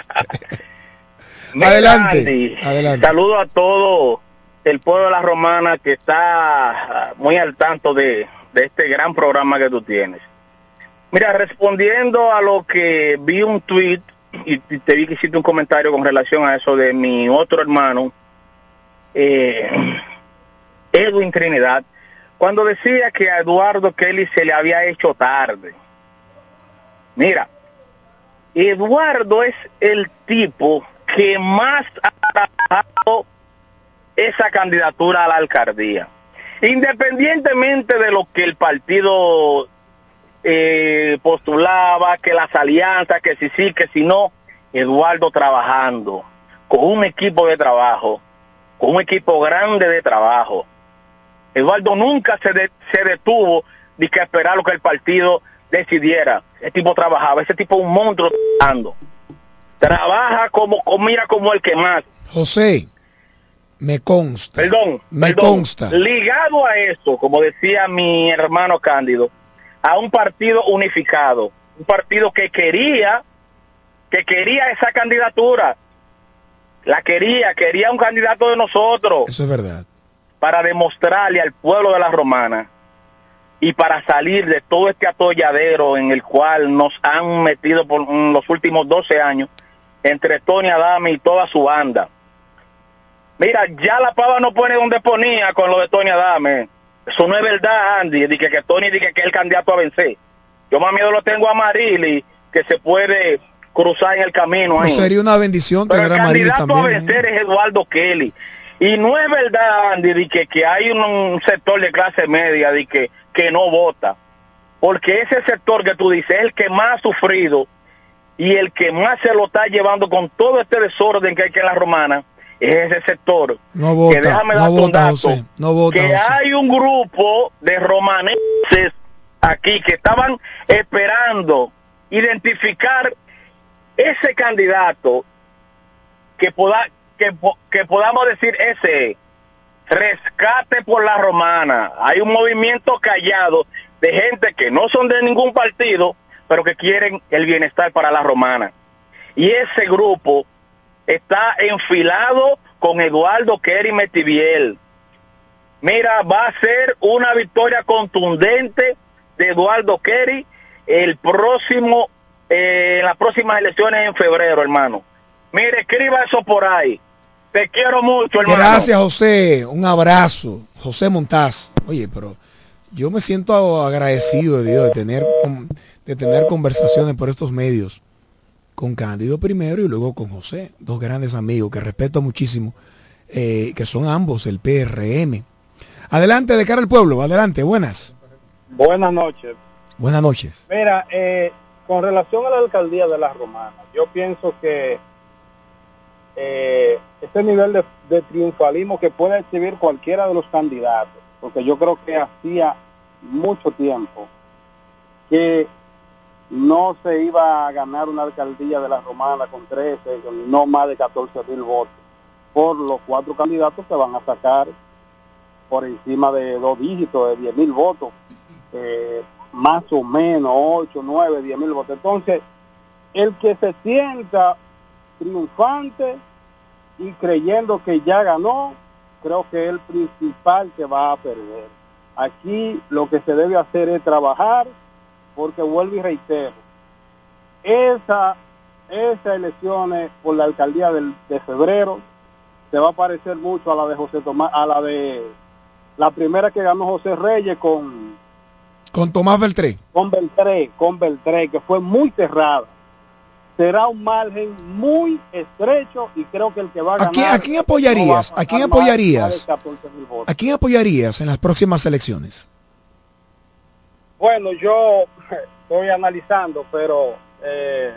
Mira, adelante, Andy, adelante. Saludo a todo el pueblo de La Romana que está muy al tanto de, de este gran programa que tú tienes. Mira, respondiendo a lo que vi un tweet y te vi que hiciste un comentario con relación a eso de mi otro hermano, eh, Edwin Trinidad, cuando decía que a Eduardo Kelly se le había hecho tarde. Mira, Eduardo es el tipo que más ha trabajado esa candidatura a la alcaldía. Independientemente de lo que el partido eh, postulaba, que las alianzas, que si sí, que si no, Eduardo trabajando, con un equipo de trabajo, con un equipo grande de trabajo. Eduardo nunca se, de, se detuvo de que esperar lo que el partido decidiera. Ese tipo trabajaba, ese tipo es un monstruo trabajando. Trabaja como, como, mira como el que más. José, me consta. Perdón, me perdón, consta. Ligado a eso, como decía mi hermano Cándido, a un partido unificado, un partido que quería, que quería esa candidatura. La quería, quería un candidato de nosotros. Eso es verdad. Para demostrarle al pueblo de La Romana y para salir de todo este atolladero en el cual nos han metido por los últimos doce años entre Tony Adames y toda su banda. Mira, ya la pava no pone donde ponía con lo de Tony Adames. Eso no es verdad, Andy, de que, que Tony dice que es el candidato a vencer. Yo más miedo lo tengo a Marily, que se puede cruzar en el camino ahí. No sería una bendición tener a Marily también. El candidato a vencer ¿eh? es Eduardo Kelly. Y no es verdad, Andy, de que, que hay un, un sector de clase media de que, que no vota. Porque ese sector que tú dices es el que más ha sufrido y el que más se lo está llevando con todo este desorden que hay aquí en La Romana, es ese sector. No vota, que déjame no darte un vota, dato, José, no vota, que José. hay un grupo de romaneses aquí que estaban esperando identificar ese candidato que pueda Que, que podamos decir ese rescate por La Romana. Hay un movimiento callado de gente que no son de ningún partido, pero que quieren el bienestar para La Romana. Y ese grupo está enfilado con Eduardo Kelly Metivier. Mira, va a ser una victoria contundente de Eduardo Kelly el próximo, eh, en las próximas elecciones en febrero, hermano. Mire, escriba eso por ahí. Te quiero mucho, hermano. Gracias, José. Un abrazo. José Montaz. Oye, pero yo me siento agradecido de Dios de tener, de tener conversaciones por estos medios. Con Cándido primero y luego con José. Dos grandes amigos que respeto muchísimo. Eh, que son ambos el P R M. Adelante, de cara al pueblo. Adelante, buenas. Buenas noches. Buenas noches. Mira, eh, con relación a la alcaldía de La Romana, yo pienso que Eh, este nivel de, de triunfalismo que puede exhibir cualquiera de los candidatos, porque yo creo que hacía mucho tiempo que no se iba a ganar una alcaldía de la Romana con trece, con no más de catorce mil votos, por los cuatro candidatos que van a sacar por encima de dos dígitos, de diez mil votos, eh, más o menos ocho, nueve, diez mil votos. Entonces, el que se sienta triunfante y creyendo que ya ganó, creo que es el principal que va a perder. Aquí lo que se debe hacer es trabajar, porque vuelvo y reitero, esa, esas elecciones por la alcaldía del, de febrero se va a parecer mucho a la de José Tomás, a la de la primera que ganó José Reyes con con Tomás Beltré. Con Beltré, con Beltré, que fue muy cerrada. Será un margen muy estrecho y creo que el que va a ganar... ¿A quién, a quién apoyarías? No ¿A quién apoyarías? ¿A quién apoyarías en las próximas elecciones? Bueno, yo estoy analizando, pero eh,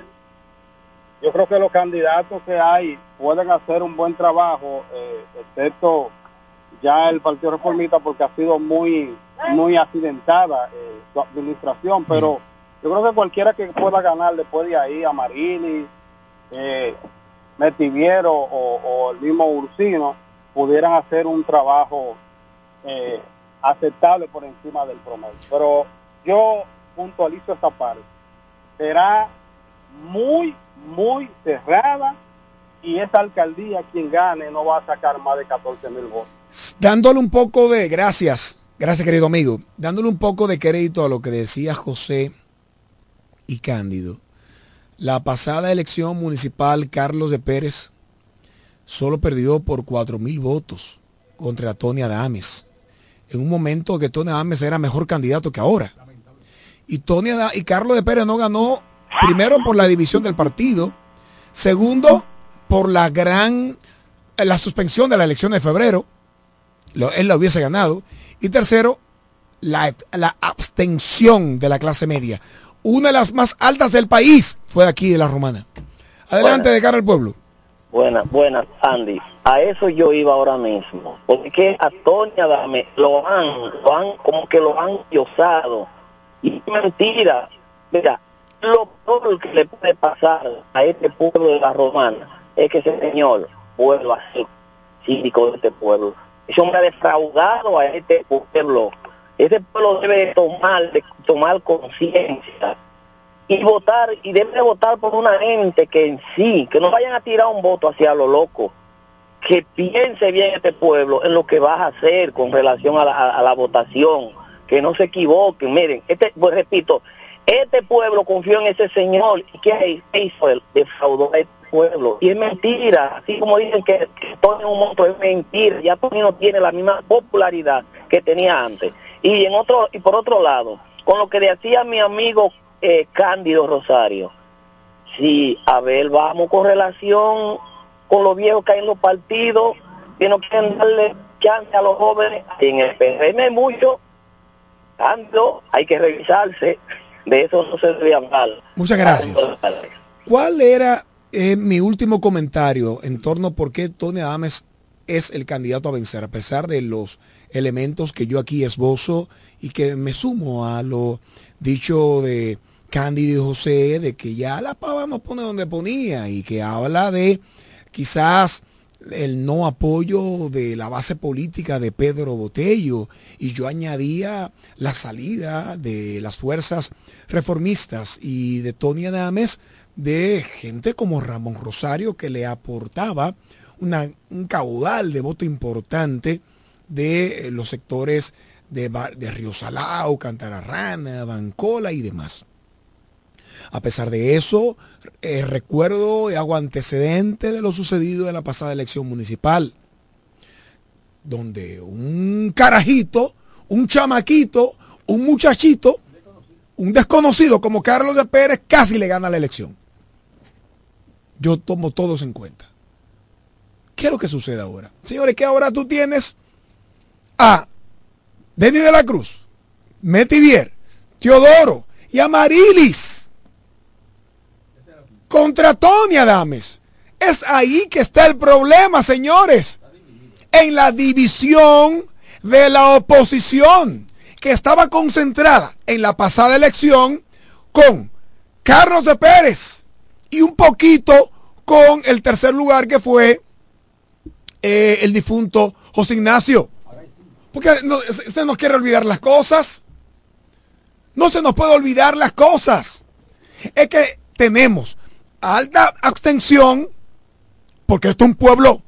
yo creo que los candidatos que hay pueden hacer un buen trabajo, eh, excepto ya el Partido Reformista, porque ha sido muy muy accidentada eh, su administración, pero yo creo que cualquiera que pueda ganar después de ahí, Amarilli, eh, Metiviero o, o el mismo Ursino, pudieran hacer un trabajo eh, aceptable por encima del promedio. Pero yo puntualizo esta parte. Será muy, muy cerrada y esa alcaldía, quien gane, no va a sacar más de catorce mil votos. Dándole un poco de, gracias, gracias querido amigo, dándole un poco de crédito a lo que decía José y Cándido. La pasada elección municipal, Carlos de Pérez solo perdió por cuatro mil votos contra Tony Adames, en un momento que Tony Adames era mejor candidato que ahora. Y, Tony Ad- y Carlos de Pérez no ganó, primero por la división del partido, segundo por la gran, la suspensión de la elección de febrero, lo, él la hubiese ganado, y tercero, la, la abstención de la clase media. Una de las más altas del país fue aquí de la Romana. Adelante, buenas. De cara al pueblo. Buenas, buenas, Andy. A eso yo iba ahora mismo. Porque a Tony Adames lo han, lo han, como que lo han diosado. Y mentira. Mira, lo peor que le puede pasar a este pueblo de la Romana es que ese señor vuelva a ser síndico de este pueblo. Ese hombre ha defraudado a este pueblo. Ese pueblo debe tomar, de tomar conciencia y votar, y debe votar por una gente que en sí, que no vayan a tirar un voto hacia lo loco, que piense bien este pueblo en lo que vas a hacer con relación a la, a, a la votación, que no se equivoquen. Miren, este, pues repito, este pueblo confió en ese señor, y ¿qué hizo él? Defraudó a este pueblo, y es mentira, así como dicen que, que Tony es un monstruo, es mentira, ya Tony no tiene la misma popularidad que tenía antes. Y en otro, y por otro lado, con lo que decía mi amigo eh, Cándido Rosario, sí, a ver, vamos con relación con los viejos que hay en los partidos, que no quieren darle chance a los jóvenes. En el P R M hay mucho, Cándido, hay que revisarse, de eso no se debe hablar. Muchas gracias. ¿Cuál era eh, mi último comentario en torno a por qué Tony Adames es el candidato a vencer, a pesar de los elementos que yo aquí esbozo y que me sumo a lo dicho de Cándido y José, de que ya la pava no pone donde ponía, y que habla de quizás el no apoyo de la base política de Pedro Botello, y yo añadía la salida de las fuerzas reformistas y de Tony Adames, de gente como Ramón Rosario, que le aportaba una, un caudal de voto importante de los sectores de, de Río Salao, Cantararrana, Bancola y demás. A pesar de eso, eh, recuerdo y hago antecedente de lo sucedido en la pasada elección municipal, donde un carajito, un chamaquito, un muchachito, un desconocido como Carlos de Pérez casi le gana la elección. Yo tomo todos en cuenta. ¿Qué es lo que sucede ahora? Señores, que ahora tú tienes a Denny de la Cruz, Metivier, Teodoro y Amarilis contra Tony Adames. Es ahí que está el problema, señores, en la división de la oposición, que estaba concentrada en la pasada elección con Carlos de Pérez y un poquito con el tercer lugar que fue eh, el difunto José Ignacio. Porque no, se, se nos quiere olvidar las cosas. No se nos puede olvidar las cosas. Es que tenemos alta abstención porque esto es un pueblo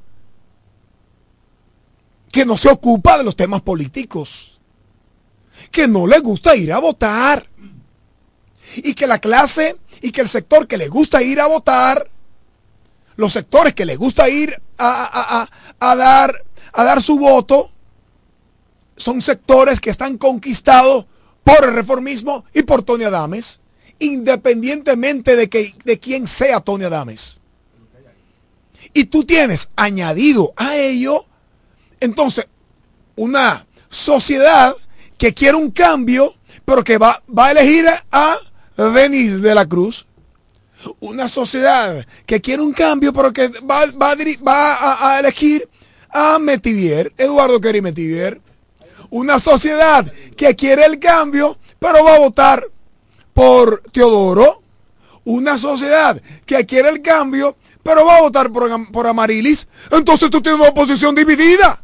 que no se ocupa de los temas políticos, que no le gusta ir a votar, y que la clase y que el sector que le gusta ir a votar, los sectores que le gusta ir a, a, a, a dar, a dar su voto, son sectores que están conquistados por el reformismo y por Tony Adames, independientemente de, que, de quién sea Tony Adames. Y tú tienes añadido a ello, entonces, una sociedad que quiere un cambio, pero que va, va a elegir a Denis de la Cruz. Una sociedad que quiere un cambio, pero que va, va, a, va a, a elegir a Metivier, Eduardo Kerry Metivier. Una sociedad que quiere el cambio, pero va a votar por Teodoro. Una sociedad que quiere el cambio, pero va a votar por, por Amarilis. Entonces tú tienes una oposición dividida.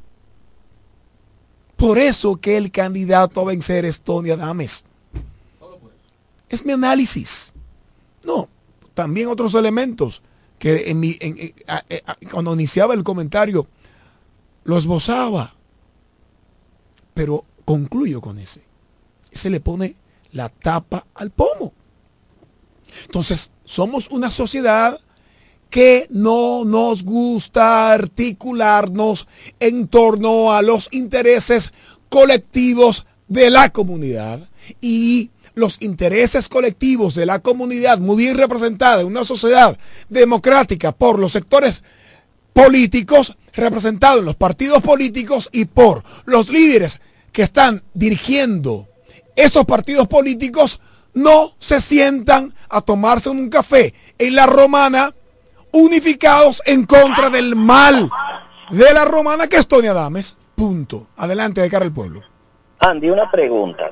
Por eso que el candidato a vencer es Tony Adames. Es mi análisis. No, también otros elementos que en mi, en, en, a, a, cuando iniciaba el comentario lo esbozaba. Pero concluyo con ese. Ese le pone la tapa al pomo. Entonces, somos una sociedad que no nos gusta articularnos en torno a los intereses colectivos de la comunidad, y los intereses colectivos de la comunidad, muy bien representada en una sociedad democrática por los sectores políticos, representados en los partidos políticos y por los líderes que están dirigiendo esos partidos políticos, no se sientan a tomarse un café en la Romana unificados en contra del mal de la Romana, que es Tony Adames. Punto. Adelante, de cara al pueblo. Andy, una pregunta.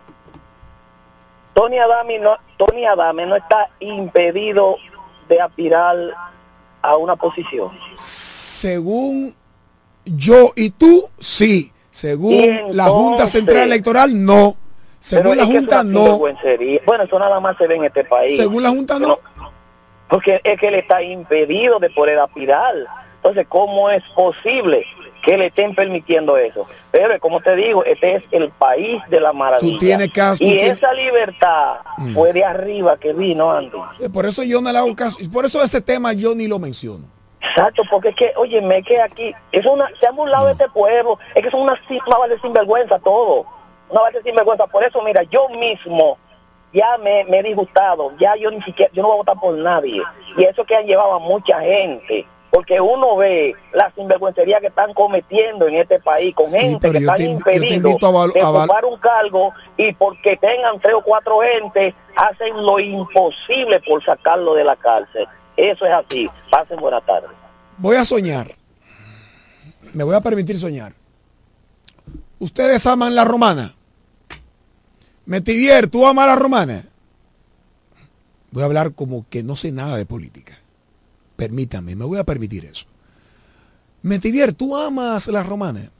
Tony Adames no, Tony Adames no está impedido de aspirar a una posición. Según yo y tú, sí. Según entonces, la Junta Central Electoral, no. Según la Junta, no. Bueno, eso nada más se ve en este país. Según la Junta, no. Pero, porque es que él está impedido de poder aspirar. Entonces, ¿cómo es posible que le estén permitiendo eso? Pero, como te digo, este es el país de la maravilla. Tú tienes caso, y tienes... esa libertad mm. fue de arriba que vino, Andy. Por eso yo no le hago caso. Por eso ese tema yo ni lo menciono. Exacto, porque es que, oye, me que aquí, es una, se han burlado de este pueblo, es que son una, una base de sinvergüenza todo, una base de sinvergüenza. Por eso, mira, yo mismo ya me, me he disgustado, ya yo ni siquiera, yo no voy a votar por nadie. Y eso que han llevado a mucha gente, porque uno ve la sinvergüencería que están cometiendo en este país, con sí, gente que están te, impedidos de ocupar un cargo, y porque tengan tres o cuatro gente, hacen lo imposible por sacarlo de la cárcel. Eso es así. Pasen buena tarde. Voy a soñar. Me voy a permitir soñar. ¿Ustedes aman la Romana? Metivier, ¿tú amas la Romana? Voy a hablar como que no sé nada de política. Permítame, me voy a permitir eso. Metivier, ¿tú amas la Romana?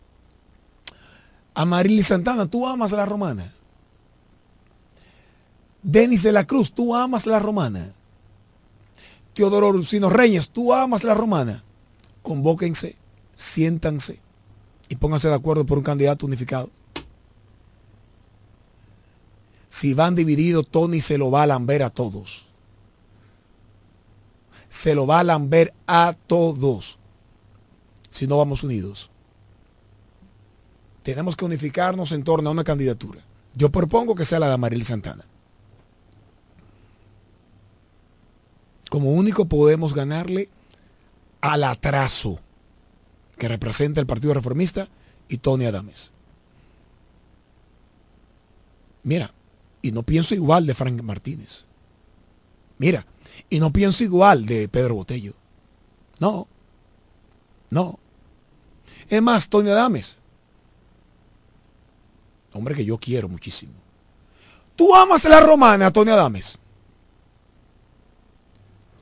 Amarilis Santana, ¿tú amas la Romana? Denis de la Cruz, ¿tú amas la Romana? Teodoro Lucino Reyes, ¿tú amas la Romana? Convóquense, siéntanse y pónganse de acuerdo por un candidato unificado. Si van divididos, Tony se lo va a lamber a todos. Se lo va a lamber a todos. Si no vamos unidos. Tenemos que unificarnos en torno a una candidatura. Yo propongo que sea la de Amarilis Santana. Como único podemos ganarle al atraso que representa el Partido Reformista y Tony Adames. Mira, y no pienso igual de Frank Martínez. Mira, y no pienso igual de Pedro Botello. No, no. Es más, Tony Adames, hombre que yo quiero muchísimo. ¿Tú amas la Romana, Tony Adames?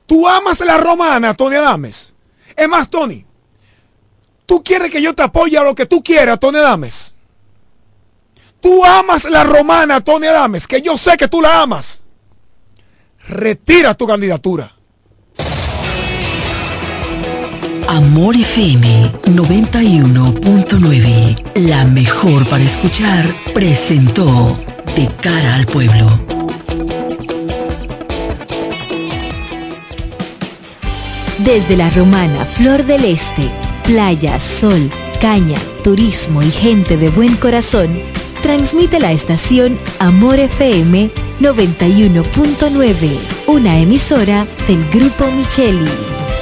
Tú amas la romana, Tony Adames. Es más, Tony, tú quieres que yo te apoye a lo que tú quieras, Tony Adames. Tú amas la romana, Tony Adames, que yo sé que tú la amas. Retira tu candidatura. Amor F M noventa y uno punto nueve, la mejor para escuchar, presentó De Cara al Pueblo. Desde la romana Flor del Este, playa, sol, caña, turismo y gente de buen corazón, transmite la estación Amor F M noventa y uno punto nueve, una emisora del Grupo Micheli.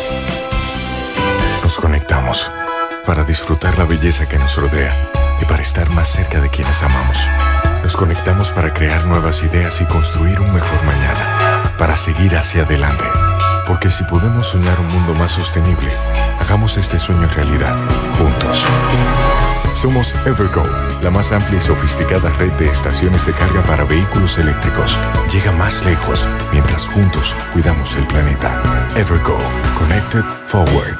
Nos conectamos para disfrutar la belleza que nos rodea y para estar más cerca de quienes amamos. Nos conectamos para crear nuevas ideas y construir un mejor mañana, para seguir hacia adelante. Porque si podemos soñar un mundo más sostenible, hagamos este sueño realidad, juntos. Somos Evergo, la más amplia y sofisticada red de estaciones de carga para vehículos eléctricos. Llega más lejos, mientras juntos cuidamos el planeta. Evergo, Connected Forward.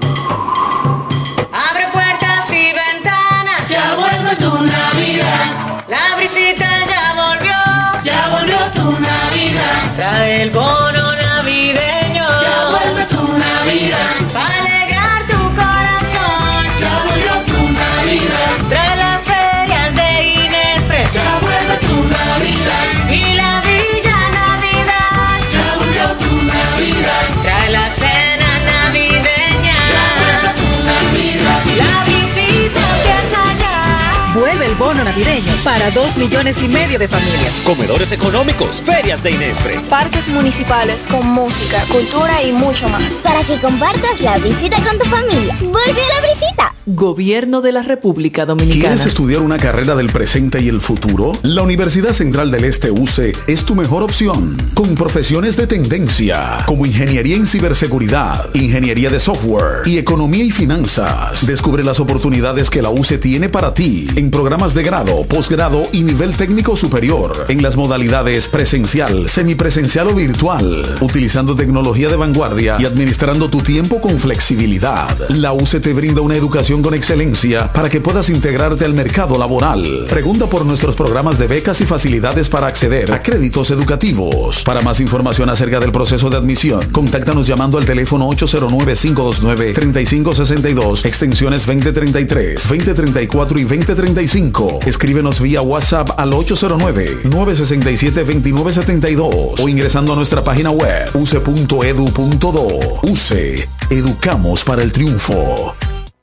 Abre puertas y ventanas, ya vuelve tu Navidad. La brisita ya volvió, ya volvió tu Navidad. Trae el bono navideño, ya vuelve tu Navidad. Para alegrar tu corazón, ya volvió tu Navidad. Trae las ferias de Inespre, ya vuelve tu Navidad. Y la Villa Navidad, ya volvió tu Navidad. Trae la cena navideña, ya vuelve tu Navidad. La visita empieza ya. Vuelve el bono navideño para dos millones y medio de familias. Comedores económicos, ferias de Inespre. Parques municipales con música, cultura y mucho más. Para que compartas la visita con tu familia. ¡Vuelve a la visita! Gobierno de la República Dominicana. ¿Quieres estudiar una carrera del presente y el futuro? La Universidad Central del Este U C E es tu mejor opción. Con profesiones de tendencia, como ingeniería en ciberseguridad, ingeniería de software y economía y finanzas. Descubre las oportunidades que la U C E tiene para ti en programas de grado, posgrado y nivel técnico superior, en las modalidades presencial, semipresencial o virtual, utilizando tecnología de vanguardia y administrando tu tiempo con flexibilidad. La U C E te brinda una educación con excelencia para que puedas integrarte al mercado laboral. Pregunta por nuestros programas de becas y facilidades para acceder a créditos educativos. Para más información acerca del proceso de admisión, contáctanos llamando al teléfono ocho cero nueve, cinco dos nueve, tres cinco seis dos, extensiones veinte treinta y tres, veinte treinta y cuatro y veinte treinta y cinco. Escríbenos vía WhatsApp al ocho cero nueve, nueve seis siete, dos nueve siete dos o ingresando a nuestra página web u c e punto e d u punto do. U C E, educamos para el triunfo.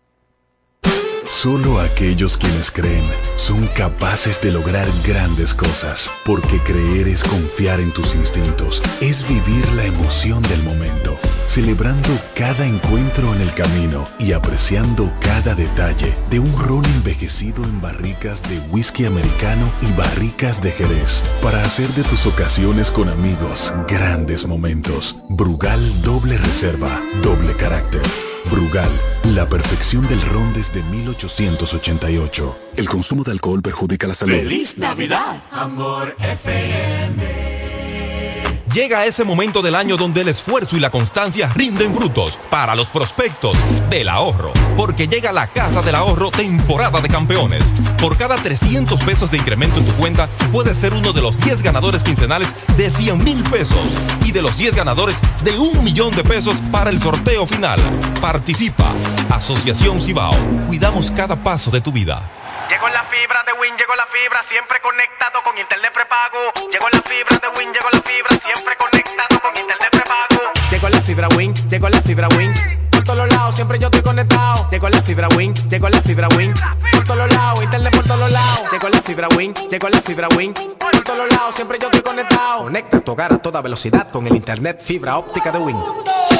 Solo aquellos quienes creen son capaces de lograr grandes cosas, porque creer es confiar en tus instintos, es vivir la emoción del momento, celebrando cada encuentro en el camino y apreciando cada detalle de un ron envejecido en barricas de whisky americano y barricas de Jerez, para hacer de tus ocasiones con amigos grandes momentos. Brugal doble reserva, doble carácter. Brugal, la perfección del ron desde mil ochocientos ochenta y ocho. El consumo de alcohol perjudica la salud. ¡Feliz Navidad! Amor F M. Llega ese momento del año donde el esfuerzo y la constancia rinden frutos para los prospectos del ahorro. Porque llega la Casa del Ahorro temporada de campeones. Por cada trescientos pesos de incremento en tu cuenta, puedes ser uno de los diez ganadores quincenales de cien mil pesos y de los diez ganadores de un millón de pesos para el sorteo final. Participa. Asociación Cibao. Cuidamos cada paso de tu vida. Llegó la fibra de Win, llegó la fibra, siempre conectado con internet prepago. Llegó la fibra de Win, llegó la fibra, siempre conectado con internet prepago. Llegó la fibra Win, llegó la fibra Win. Por todos lados, siempre yo estoy conectado. Llegó la fibra Win, llegó la fibra Win. Por todos lados, internet por todos lados. Llegó la fibra Win, llegó la fibra Win. Por todos lados, siempre yo estoy conectado. Conecta tu hogar a toda velocidad con el internet fibra óptica de Win.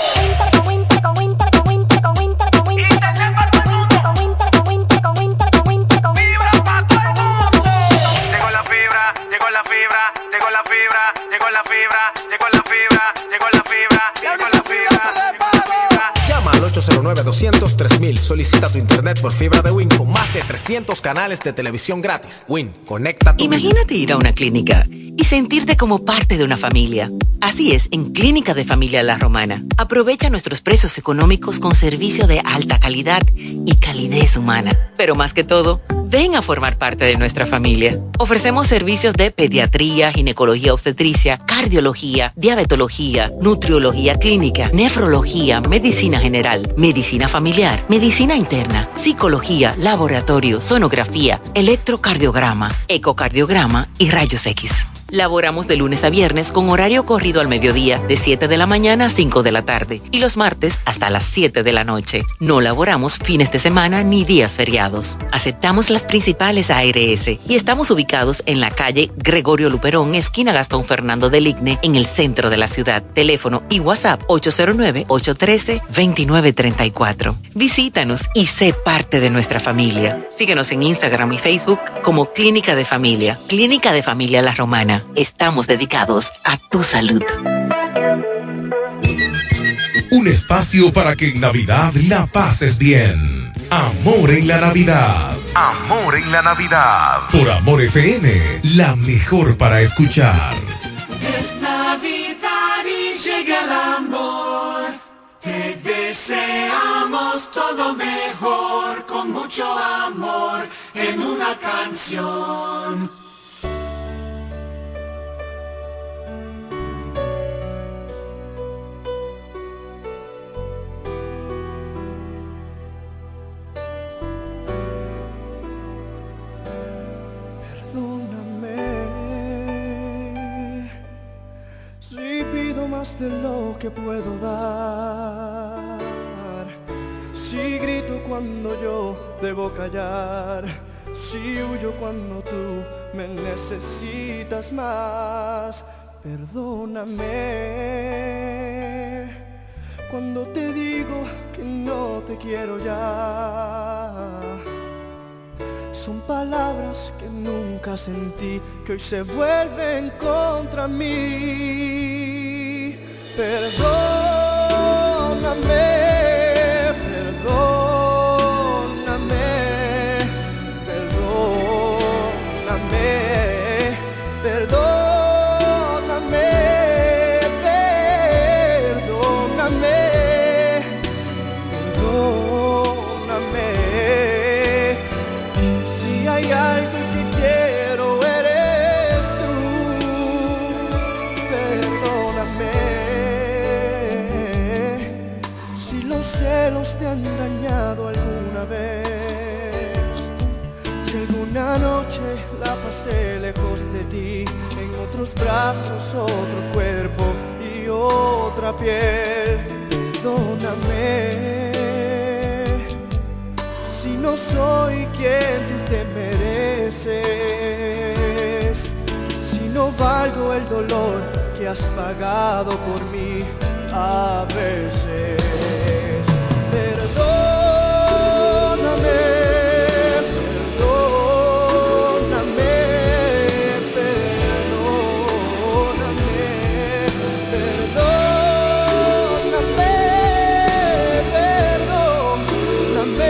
ocho cero nueve, doscientos, tres mil. Solicita tu internet por fibra de Win con más de trescientos canales de televisión gratis. Win, conecta tu Imagínate vida. Ir a una clínica y sentirte como parte de una familia. Así es, en Clínica de Familia La Romana. Aprovecha nuestros precios económicos con servicio de alta calidad y calidez humana. Pero más que todo, ven a formar parte de nuestra familia. Ofrecemos servicios de pediatría, ginecología obstetricia, cardiología, diabetología, nutriología clínica, nefrología, medicina general, medicina familiar, medicina interna, psicología, laboratorio, sonografía, electrocardiograma, ecocardiograma y rayos X. Laboramos de lunes a viernes con horario corrido al mediodía de siete de la mañana a cinco de la tarde y los martes hasta las siete de la noche. No laboramos fines de semana ni días feriados. Aceptamos las principales A R S y estamos ubicados en la calle Gregorio Luperón, esquina Gastón Fernando del Igne, en el centro de la ciudad. Teléfono y WhatsApp ocho cero nueve, ocho uno tres, dos nueve tres cuatro. Visítanos y sé parte de nuestra familia. Síguenos en Instagram y Facebook como Clínica de Familia. Clínica de Familia La Romana. Estamos dedicados a tu salud. Un espacio para que en Navidad la pases bien. Amor en la Navidad. Amor en la Navidad. Por Amor F M, la mejor para escuchar. Es Navidad y llega el amor. Te deseamos todo mejor, con mucho amor en una canción. Más de lo que puedo dar, si grito cuando yo debo callar, si huyo cuando tú me necesitas más. Perdóname cuando te digo que no te quiero ya. Son palabras que nunca sentí, que hoy se vuelven contra mí. Perdóname, perdóname, perdóname, perdóname, perdóname, perdóname. Si hay algo que quiero eres tú, perdóname. Los celos te han dañado alguna vez, si alguna noche la pasé lejos de ti, en otros brazos, otro cuerpo y otra piel. Perdóname si no soy quien tú te mereces, si no valgo el dolor que has pagado por mí a veces. Perdóname, perdóname, perdóname, perdóname, perdóname,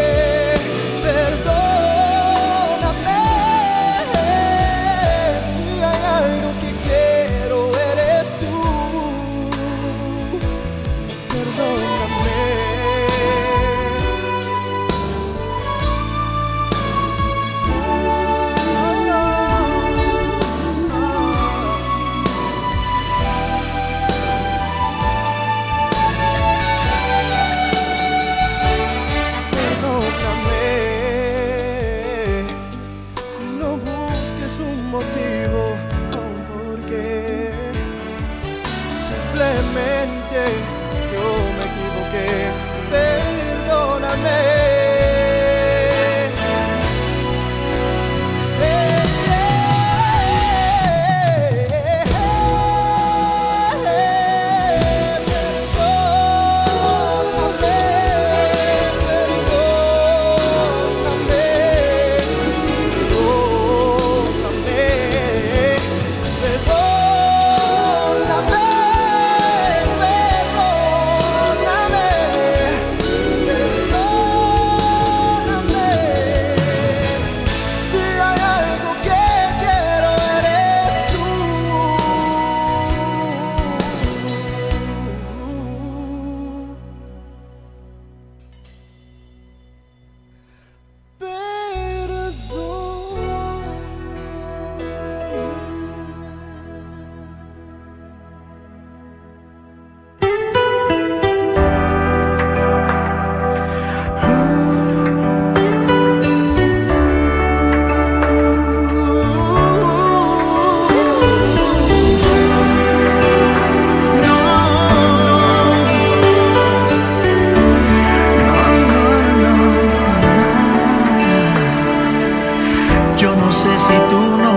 perdóname. Si hay algo que quiero eres tú. Perdóname.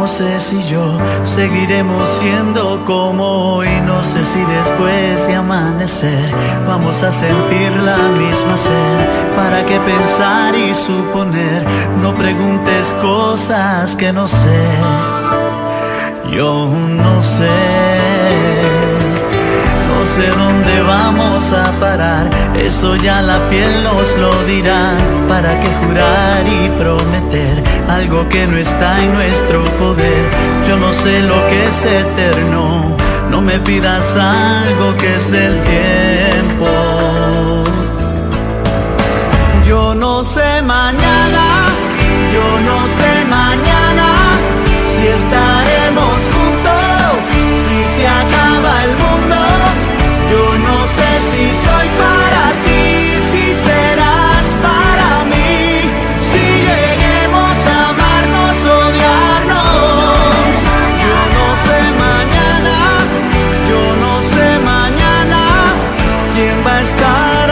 sé si yo seguiremos siendo como hoy. No sé si después de amanecer vamos a sentir la misma sed. ¿Para qué pensar y suponer? No preguntes cosas que no sé. Yo no sé. No sé dónde vamos a parar, eso ya la piel nos lo dirá. ¿Para qué jurar y prometer algo que no está en nuestro poder? Yo no sé lo que es eterno, no me pidas algo que es del tiempo. Yo no sé mañana, yo no sé mañana si estaremos juntos, si se acaba el mundo. Yo no sé si soy para ti, si serás para mí, si lleguemos a amarnos, odiarnos. Yo no sé mañana, yo no sé mañana quién va a estar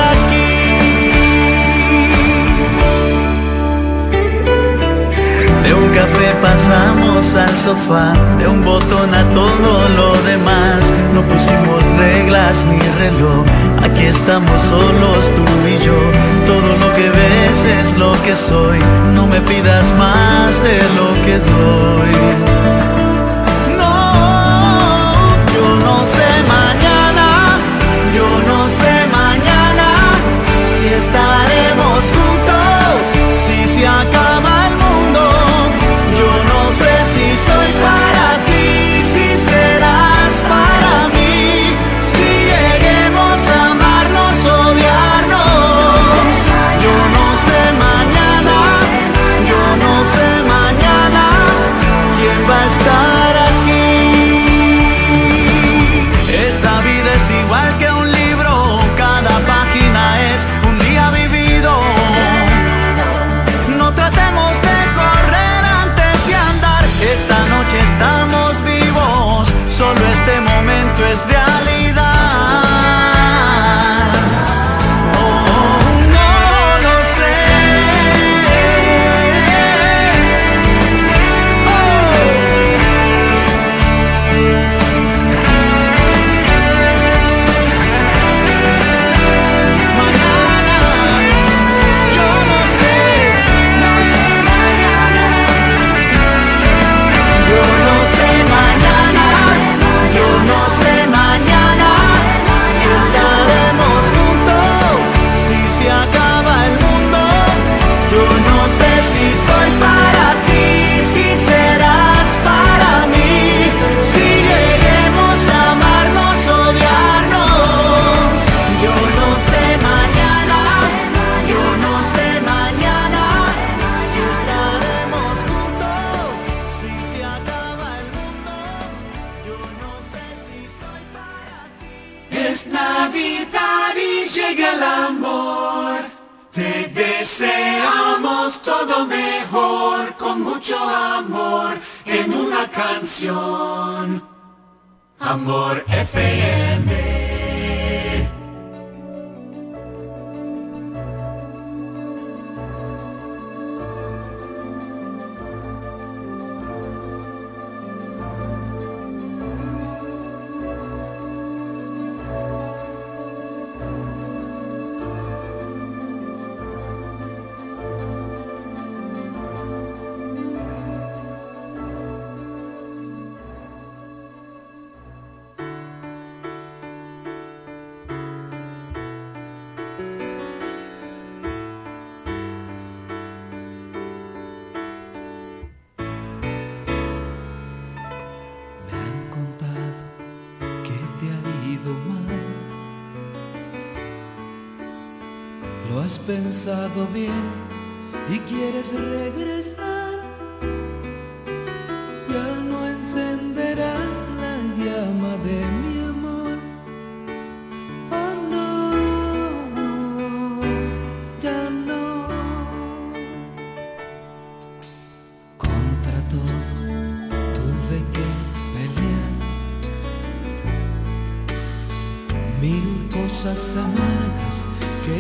aquí. De un café pasamos al sofá, de un botón a todo lo demás. No pusimos reglas ni reloj, aquí estamos solos tú y yo. Todo lo que ves es lo que soy, no me pidas más de lo que doy. No, yo no sé mañana, yo no sé mañana si estaremos juntos, si se acaba el mundo. Yo no sé si soy para ti, si serás para mí, si lleguemos a amarnos, odiarnos. Yo no sé mañana, yo no sé mañana quién va a estar aquí. Esta vida es igual que un libro, cada página es un día vivido. No tratemos de correr antes de andar, esta noche estamos vivos, solo este momento es realidad. Oh, no lo sé. Mañana, yo no sé. Yo no sé mañana, yo no sé mañana si estaremos juntos, si se acaba el mundo. Yo no sé si soy para ti, si serás para mí, si lleguemos a amarnos, odiarnos. Yo no sé mañana, yo no sé mañana si estaremos juntos, si se acaba el mundo. Yo no sé si soy para ti. Es Navidad y llega el amor. Te deseamos todo mejor, con mucho amor, en una canción. Amor F M. Lo has pensado bien y quieres regresar. Ya no encenderás la llama de mi amor. Oh no, ya no. Contra todo tuve que pelear. Mil cosas amargas que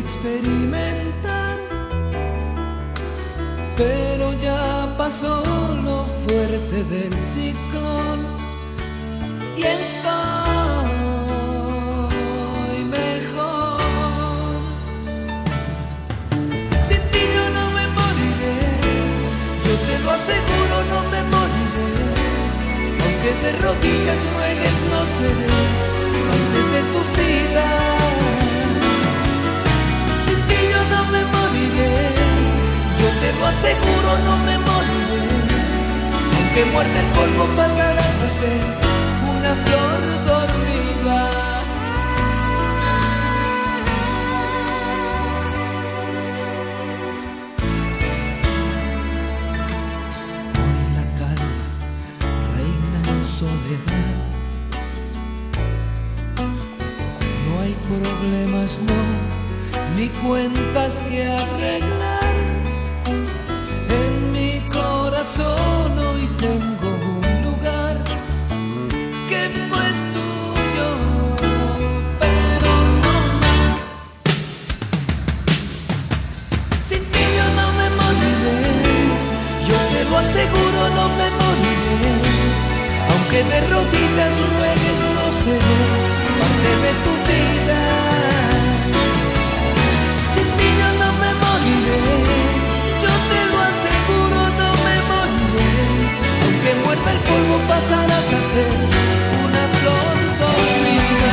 experimentar, pero ya pasó, no fue suerte del ciclón y estoy mejor. Sin ti yo no me moriré, yo te lo aseguro, no me moriré. Aunque de rodillas ruegues, no seré parte de tu vida. Sin ti yo no me moriré, yo te lo aseguro, no me moriré. Aunque muerta el polvo pasarás a ser una flor dormida. Hoy la calma reina en soledad. No hay problemas, no, ni cuentas que arreglar. En mi corazón hoy tengo un lugar que fue tuyo, pero no más. Sin ti yo no me moriré, yo te lo aseguro, no me moriré. Aunque de rodillas ruegues, no seré parte de tu vida. Sin ti yo no me moriré, yo te lo aseguro, no me moriré. Aunque muerta el polvo pasarás a ser una flor dormida.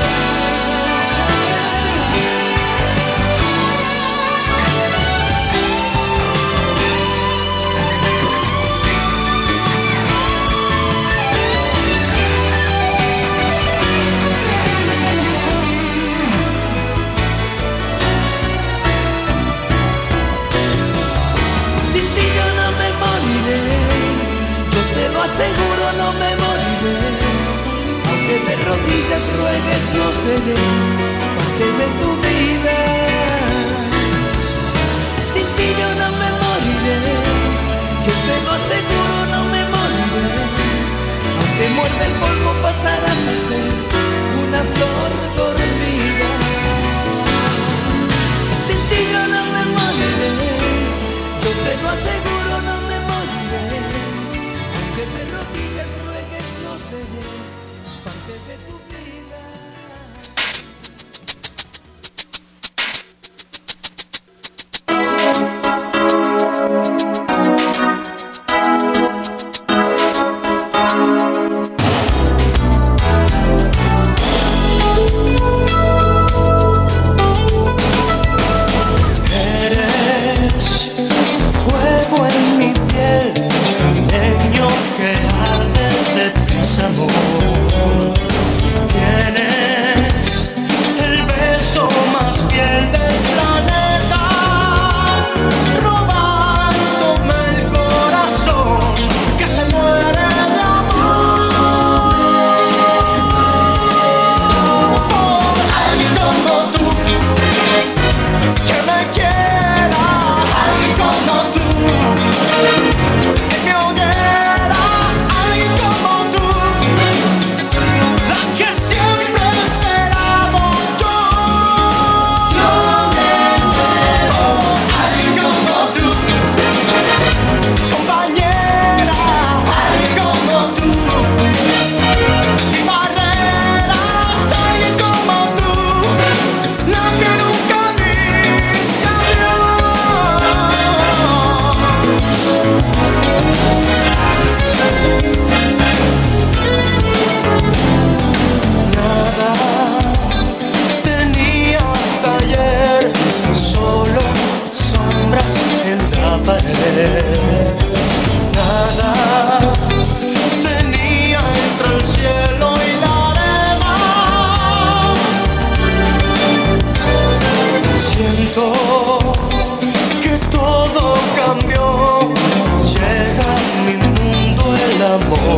Sin ti yo no me moriré, yo te lo aseguro, no me moriré. Aunque de rodillas ruegues, no seré parte de tu vida. Sin ti yo no me moriré, yo te lo aseguro, no me moriré. Aunque muerda el polvo pasarás a ser una flor dormida. Sin ti yo no me moriré, yo te lo aseguro, no me moriré. Aunque de rodillas ruegues, no seré parte de tu vida. amor.